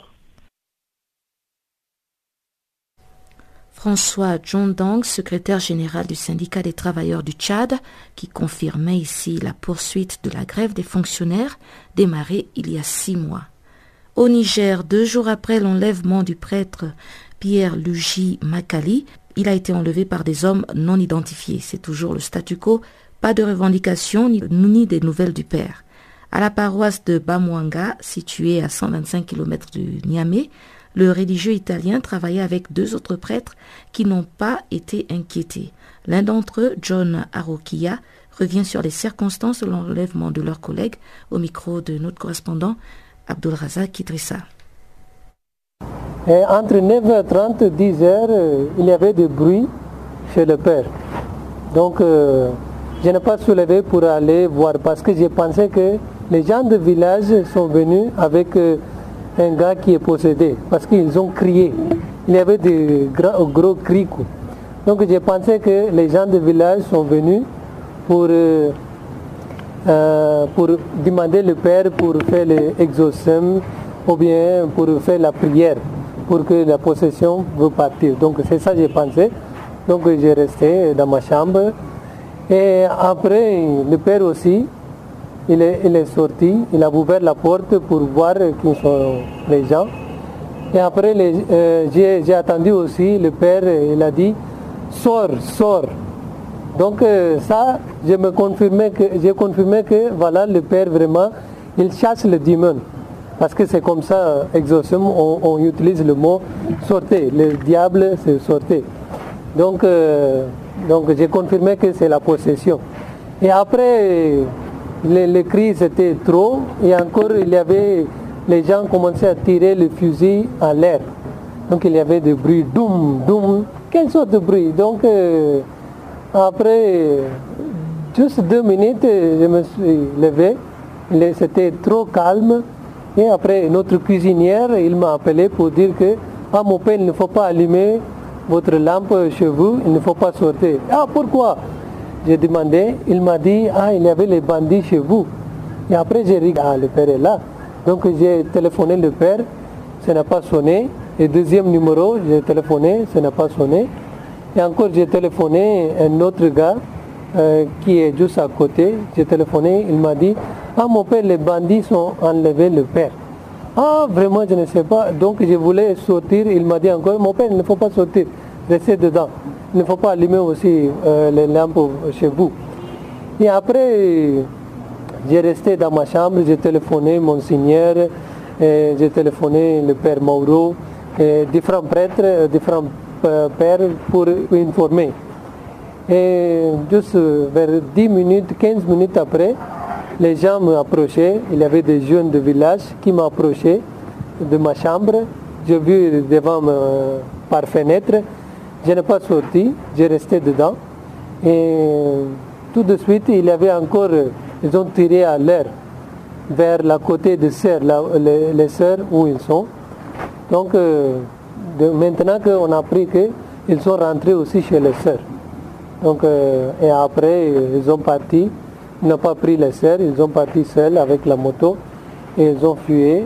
François John Dang, secrétaire général du syndicat des travailleurs du Tchad, qui confirmait ici la poursuite de la grève des fonctionnaires démarrée il y a 6 mois. Au Niger, 2 jours après l'enlèvement du prêtre Pierre Luigi Makali, il a été enlevé par des hommes non identifiés. C'est toujours le statu quo, pas de revendication ni des nouvelles du père. À la paroisse de Bamwanga, située à 125 km du Niamey, le religieux italien travaillait avec 2 autres prêtres qui n'ont pas été inquiétés. L'un d'entre eux, John Arokia, revient sur les circonstances de l'enlèvement de leurs collègues au micro de notre correspondant Abdulrazak Idrissa. Et entre 9h30 et 10h, il y avait du bruit chez le père. Donc, je n'ai pas soulevé pour aller voir parce que j'ai pensé que les gens de village sont venus avec un gars qui est possédé parce qu'ils ont crié. Il y avait des gros cris. Donc j'ai pensé que les gens de village sont venus pour demander le père pour faire l'exorcisme ou bien pour faire la prière pour que la possession veut partir. Donc c'est ça que j'ai pensé. Donc j'ai resté dans ma chambre. Et après, le père aussi, il est sorti, il a ouvert la porte pour voir qui sont les gens. Et après, j'ai attendu aussi, le père, il a dit, sors. Donc ça, j'ai confirmé que voilà, le père vraiment, il chasse le démon. Parce que c'est comme ça, exorcisme, on utilise le mot sortez. Le diable, c'est sortez. Donc j'ai confirmé que c'est la possession. Et après, les cris c'était trop. Et encore, les gens commençaient à tirer le fusil en l'air. Donc il y avait des bruits, doum, doum. Quelle sorte de bruit? Donc après, juste 2 minutes, je me suis levé. C'était trop calme. Et après, notre cuisinière, il m'a appelé pour dire que mon père, il ne faut pas allumer votre lampe chez vous, il ne faut pas sortir. Pourquoi? J'ai demandé, il m'a dit, il y avait les bandits chez vous. Et après, j'ai dit, le père est là. Donc j'ai téléphoné le père, ça n'a pas sonné. Et 2e numéro, j'ai téléphoné, ça n'a pas sonné. Et encore, j'ai téléphoné un autre gars qui est juste à côté. J'ai téléphoné, il m'a dit, ah mon père, les bandits sont enlevés le père. Ah vraiment, je ne sais pas. Donc je voulais sortir, il m'a dit encore, mon père, il ne faut pas sortir, restez dedans. Il ne faut pas allumer aussi les lampes chez vous. Et après, j'ai resté dans ma chambre, j'ai téléphoné Monseigneur, j'ai téléphoné le père Mauro, différents prêtres, différents pères pour informer. Et juste vers 10 minutes, 15 minutes après, les gens m'approchaient. Il y avait des jeunes de village qui m'approchaient de ma chambre. J'ai vu devant par fenêtre. Je n'ai pas sorti, j'ai resté dedans. Et tout de suite, il y avait encore, ils ont tiré à l'air vers la côté des sœurs, les sœurs où ils sont. Donc, maintenant qu'on a appris qu'ils sont rentrés aussi chez les sœurs. Donc, et après, ils ont parti. Ils n'ont pas pris les sœurs, ils ont parti seuls avec la moto. Et ils ont fui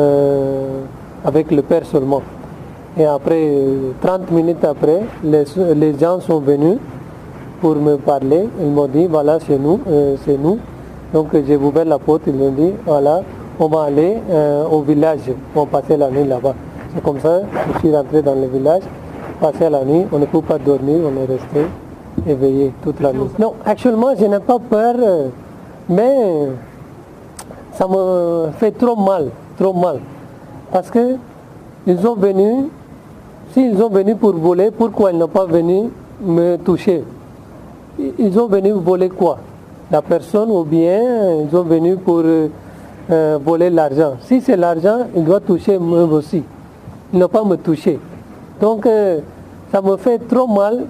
avec le père seulement. Et après, 30 minutes après, les gens sont venus pour me parler. Ils m'ont dit, voilà, c'est nous. Donc j'ai ouvert la porte, ils m'ont dit, voilà, on va aller au village, on va passer la nuit là-bas. C'est comme ça, je suis rentré dans le village, passé la nuit, on ne peut pas dormir, on est resté éveillé toute la nuit. Non, actuellement, je n'ai pas peur, mais ça me fait trop mal. Parce que ils ont venu, s'ils ont venu pour voler, pourquoi ils n'ont pas venu me toucher? Ils ont venu voler quoi? La personne ou bien ils sont venus pour voler l'argent. Si c'est l'argent, ils doivent toucher moi aussi. Ils n'ont pas me touché. Donc ça me fait trop mal.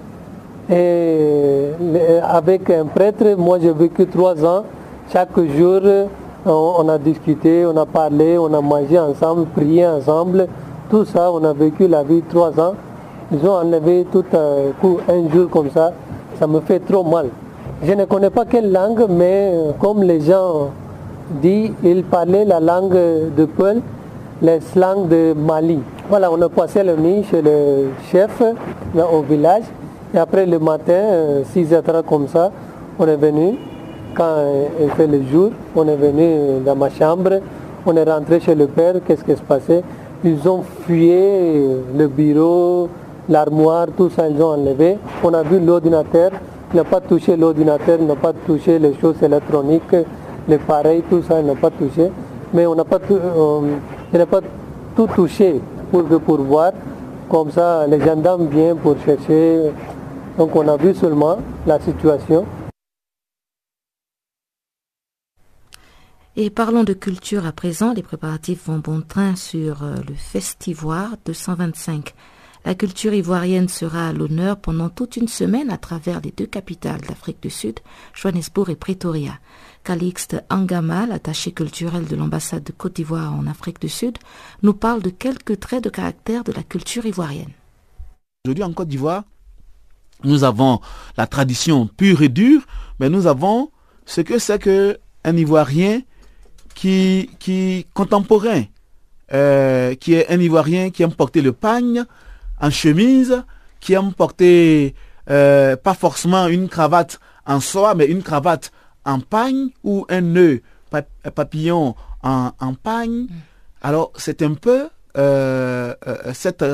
Et avec un prêtre, moi j'ai vécu 3 ans. Chaque jour, on a discuté, on a parlé, on a mangé ensemble, prié ensemble. Tout ça, on a vécu la vie 3 ans. Ils ont enlevé tout coup un jour comme ça. Ça me fait trop mal. Je ne connais pas quelle langue, mais comme les gens disent, ils parlaient la langue de Peul, les slangs de Mali. Voilà, on a passé la nuit chez le chef au village. Et après le matin, 6h30 comme ça, on est venu. Quand il fait le jour, on est venu dans ma chambre. On est rentré chez le père. Qu'est-ce qui se passait? Ils ont fouillé le bureau, l'armoire, tout ça, ils ont enlevé. On a vu l'ordinateur. Ils n'ont pas touché l'ordinateur, ils n'ont pas touché les choses électroniques, les pareils, tout ça, ils n'ont pas touché. Mais on n'a pas, tout touché pour voir. Comme ça, les gendarmes viennent pour chercher. Donc on a vu seulement la situation. Et parlons de culture à présent. Les préparatifs vont bon train sur le Festivoire 225. La culture ivoirienne sera à l'honneur pendant toute une semaine à travers les 2 capitales d'Afrique du Sud, Johannesburg et Pretoria. Calixte Angama, l'attaché culturel de l'ambassade de Côte d'Ivoire en Afrique du Sud, nous parle de quelques traits de caractère de la culture ivoirienne. Aujourd'hui en Côte d'Ivoire, nous avons la tradition pure et dure, mais nous avons ce que c'est qu'un Ivoirien qui contemporain, qui est un Ivoirien qui aime porter le pagne en chemise, qui aime porter pas forcément une cravate en soie, mais une cravate en pagne ou un nœud papillon en pagne. Alors c'est un peu cette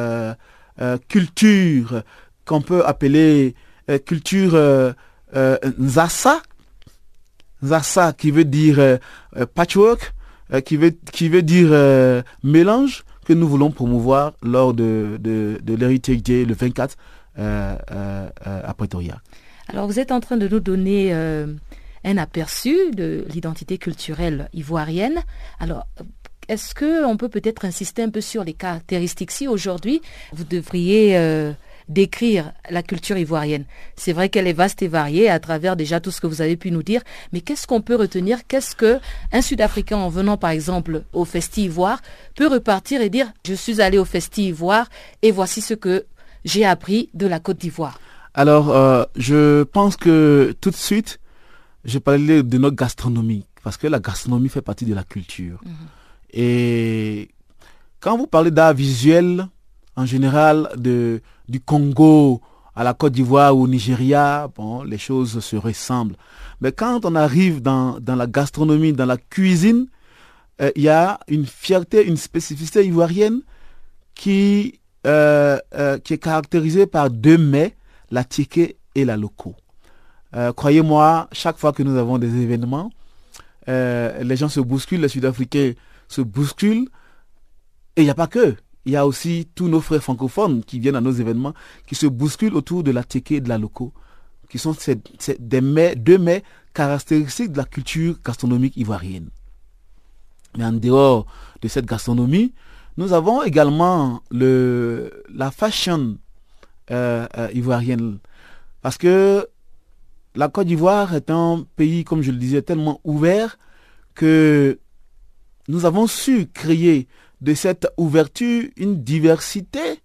culture qu'on peut appeler culture Nzassa. Nzassa qui veut dire patchwork, qui veut dire mélange, que nous voulons promouvoir lors de l'Heritage Day le 24 à Pretoria. Alors vous êtes en train de nous donner un aperçu de l'identité culturelle ivoirienne. Alors est-ce qu'on peut peut-être insister un peu sur les caractéristiques? Si aujourd'hui vous devriez décrire la culture ivoirienne, c'est vrai qu'elle est vaste et variée à travers déjà tout ce que vous avez pu nous dire, mais qu'est-ce qu'on peut retenir? Qu'est-ce qu'un Sud-Africain en venant par exemple au Festi-Ivoire peut repartir et dire je suis allé au Festi-Ivoire et voici ce que j'ai appris de la Côte d'Ivoire? Alors je pense que tout de suite je parlais de notre gastronomie, parce que la gastronomie fait partie de la culture. Et quand vous parlez d'art visuel en général du Congo à la Côte d'Ivoire ou au Nigeria, bon, les choses se ressemblent. Mais quand on arrive dans la gastronomie, dans la cuisine, il y a une fierté, une spécificité ivoirienne qui est caractérisée par 2 mets, la tiké et la loco. Croyez-moi, chaque fois que nous avons des événements, les gens se bousculent, les Sud-Africains se bousculent, et il n'y a pas que. Il y a aussi tous nos frères francophones qui viennent à nos événements, qui se bousculent autour de la tiké et de la loco, qui sont 2 mets caractéristiques de la culture gastronomique ivoirienne. Mais en dehors de cette gastronomie, nous avons également la fashion ivoirienne. Parce que la Côte d'Ivoire est un pays, comme je le disais, tellement ouvert que nous avons su créer de cette ouverture une diversité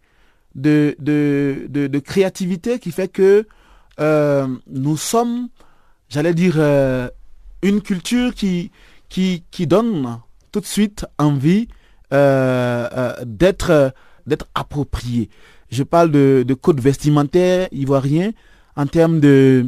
de créativité qui fait que nous sommes, j'allais dire, une culture qui donne tout de suite envie d'être appropriée. Je parle de code vestimentaire ivoirien en termes de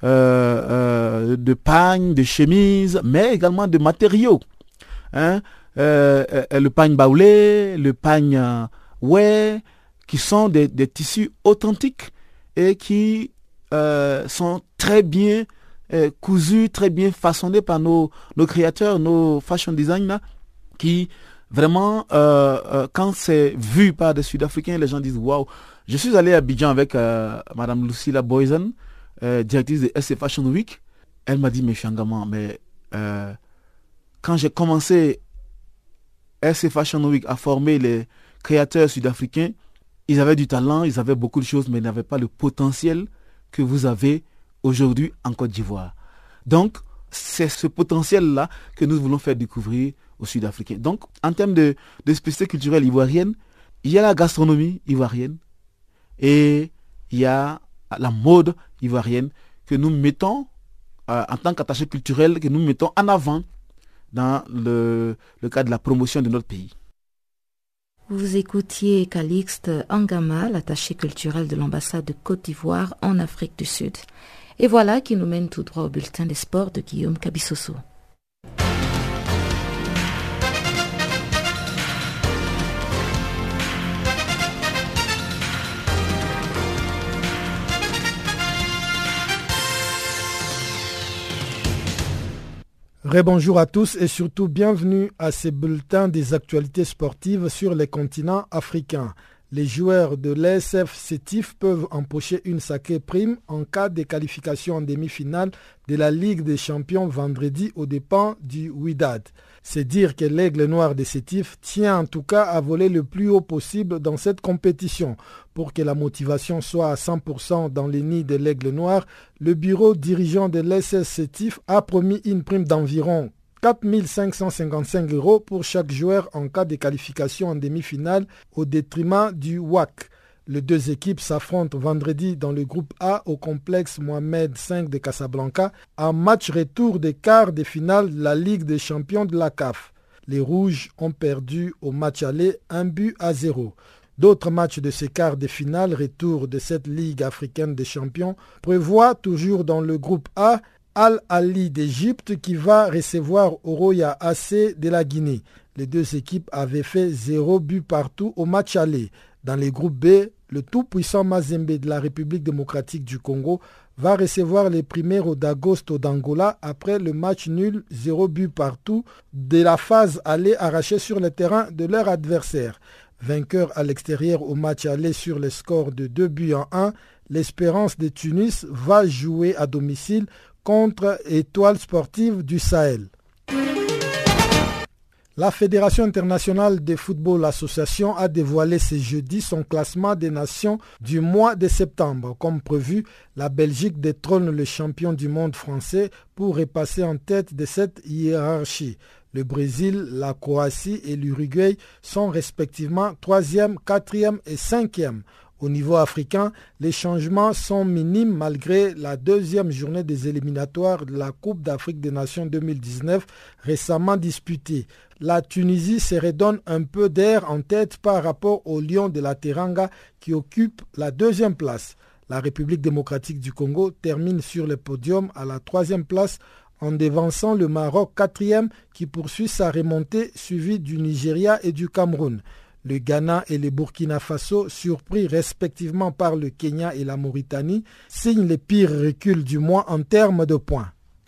pagnes, de chemises, mais également de matériaux. Hein? Le pagne baoulé, le pagne ouais, qui sont des tissus authentiques et qui sont très bien cousus, très bien façonnés par nos créateurs, nos fashion designers, qui vraiment, quand c'est vu par des Sud-Africains, les gens disent waouh. Je suis allé à Abidjan avec Madame Lucilla Boysen, directrice de SC Fashion Week. Elle m'a dit, mais Changama, mais quand j'ai commencé SC Fashion Week à former les créateurs sud-africains, ils avaient du talent, ils avaient beaucoup de choses, mais ils n'avaient pas le potentiel que vous avez aujourd'hui en Côte d'Ivoire. Donc, c'est ce potentiel-là que nous voulons faire découvrir aux Sud-Africains. Donc, en termes de spécificité culturelle ivoirienne, il y a la gastronomie ivoirienne et il y a la mode ivoirienne que nous mettons en tant qu'attaché culturel, que nous mettons en avant dans le cadre de la promotion de notre pays. Vous écoutiez Calixte Angama, l'attaché culturel de l'ambassade de Côte d'Ivoire en Afrique du Sud. Et voilà qui nous mène tout droit au bulletin des sports de Guillaume Kabissoso. Rebonjour à tous et surtout bienvenue à ces bulletins des actualités sportives sur les continents africains. Les joueurs de l'ASF Sétif peuvent empocher une sacrée prime en cas de qualification en demi-finale de la Ligue des Champions vendredi aux dépens du Wydad. C'est dire que l'Aigle Noir de Sétif tient en tout cas à voler le plus haut possible dans cette compétition. Pour que la motivation soit à 100% dans les nids de l'Aigle Noir, le bureau dirigeant de l'ASF Sétif a promis une prime d'environ 4 555 € pour chaque joueur en cas de qualification en demi-finale au détriment du WAC. Les deux équipes s'affrontent vendredi dans le groupe A au complexe Mohamed V de Casablanca en match retour des quarts de finale de la Ligue des champions de la CAF. Les Rouges ont perdu au match aller 1-0. D'autres matchs de ces quarts de finale retour de cette Ligue africaine des champions prévoient toujours dans le groupe A Al-Ali d'Égypte qui va recevoir Oroya AC de la Guinée. Les deux équipes avaient fait 0 but partout au match aller. Dans les groupes B, le tout-puissant Mazembe de la République démocratique du Congo va recevoir les Primeiro d'Agosto d'Angola après le match nul 0 but partout de la phase aller arrachée sur le terrain de leur adversaire. Vainqueur à l'extérieur au match aller sur le score de 2-1, l'Espérance de Tunis va jouer à domicile contre Étoile sportive du Sahel. La Fédération internationale de football association a dévoilé ce jeudi son classement des nations du mois de septembre. Comme prévu, la Belgique détrône le champion du monde français pour repasser en tête de cette hiérarchie. Le Brésil, la Croatie et l'Uruguay sont respectivement 3e, 4e et 5e. Au niveau africain, les changements sont minimes malgré la deuxième journée des éliminatoires de la Coupe d'Afrique des Nations 2019 récemment disputée. La Tunisie se redonne un peu d'air en tête par rapport aux Lions de la Teranga qui occupent la deuxième place. La République démocratique du Congo termine sur le podium à la 3e place en dévançant le Maroc 4e qui poursuit sa remontée suivi du Nigeria et du Cameroun. Le Ghana et le Burkina Faso, surpris respectivement par le Kenya et la Mauritanie, signent les pires reculs du mois en termes de points.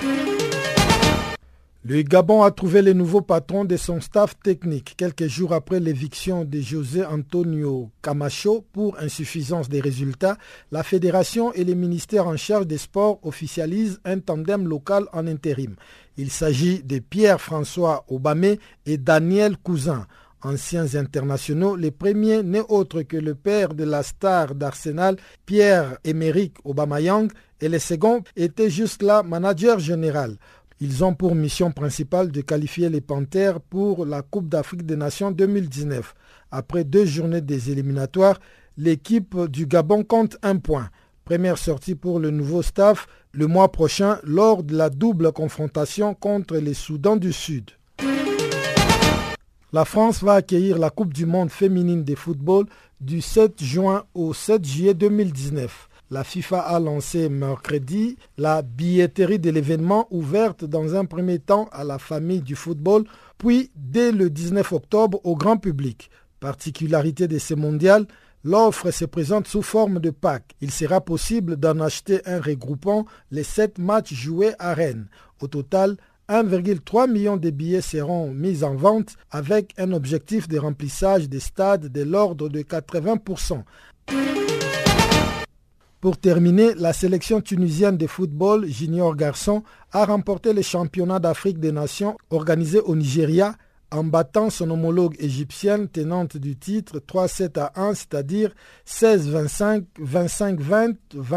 Le Gabon a trouvé le nouveau patron de son staff technique quelques jours après l'éviction de José Antonio Camacho pour insuffisance des résultats. La fédération et les ministères en charge des sports officialisent un tandem local en intérim. Il s'agit de Pierre-François Obamé et Daniel Cousin. Anciens internationaux, les premiers n'est autre que le père de la star d'Arsenal, Pierre-Emerick Aubameyang, et le second était juste là manager général. Ils ont pour mission principale de qualifier les Panthères pour la Coupe d'Afrique des Nations 2019. Après 2 journées des éliminatoires, l'équipe du Gabon compte 1 point. Première sortie pour le nouveau staff le mois prochain lors de la double confrontation contre les Soudan du Sud. La France va accueillir la Coupe du monde féminine de football du 7 juin au 7 juillet 2019. La FIFA a lancé mercredi la billetterie de l'événement ouverte dans un premier temps à la famille du football, puis dès le 19 octobre au grand public. Particularité de ce mondial, l'offre se présente sous forme de pack. Il sera possible d'en acheter un regroupant les 7 matchs joués à Rennes. Au total, 1,3 million de billets seront mis en vente avec un objectif de remplissage des stades de l'ordre de 80%. Pour terminer, la sélection tunisienne de football junior garçon a remporté le championnat d'Afrique des Nations organisé au Nigeria en battant son homologue égyptienne tenante du titre 3-7-1, c'est-à-dire 16-25, 25-20,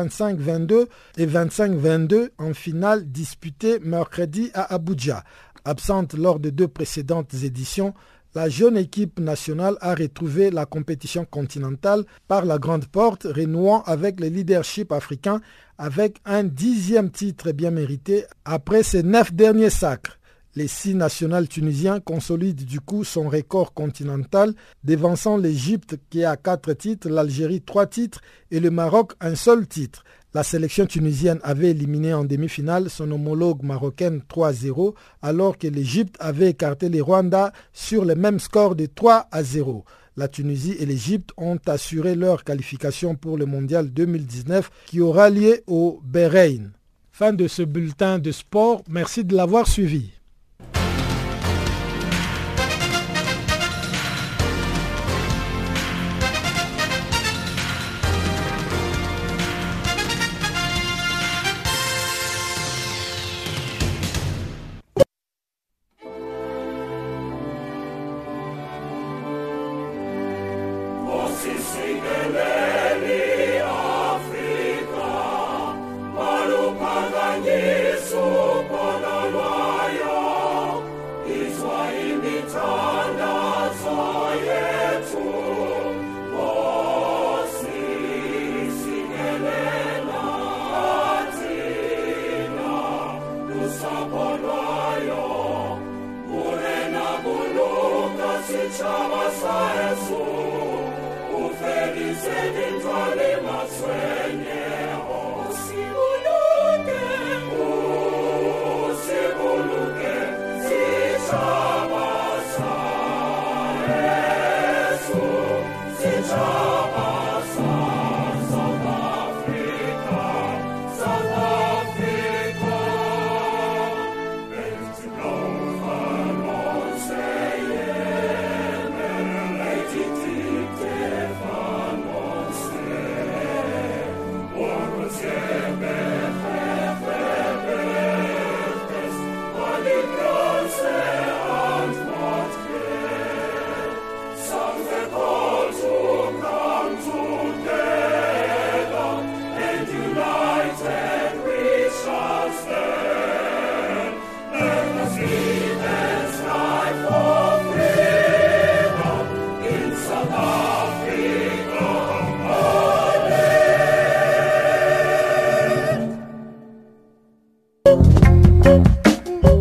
25-22 et 25-22 en finale disputée mercredi à Abuja. Absente lors des 2 précédentes éditions, la jeune équipe nationale a retrouvé la compétition continentale par la grande porte, renouant avec le leadership africain avec un 10e titre bien mérité après ses 9 derniers sacres. Les 6 nationales tunisiens consolident du coup son record continental, devançant l'Égypte qui a 4 titres, l'Algérie 3 titres et le Maroc un seul titre. La sélection tunisienne avait éliminé en demi-finale son homologue marocaine 3-0, alors que l'Égypte avait écarté les Rwandais sur le même score de 3-0. La Tunisie et l'Égypte ont assuré leur qualification pour le mondial 2019 qui aura lieu au Bahreïn. Fin de ce bulletin de sport, merci de l'avoir suivi.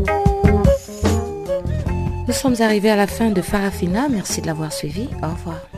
Nous sommes arrivés à la fin de Farafina. Merci de l'avoir suivi. Au revoir.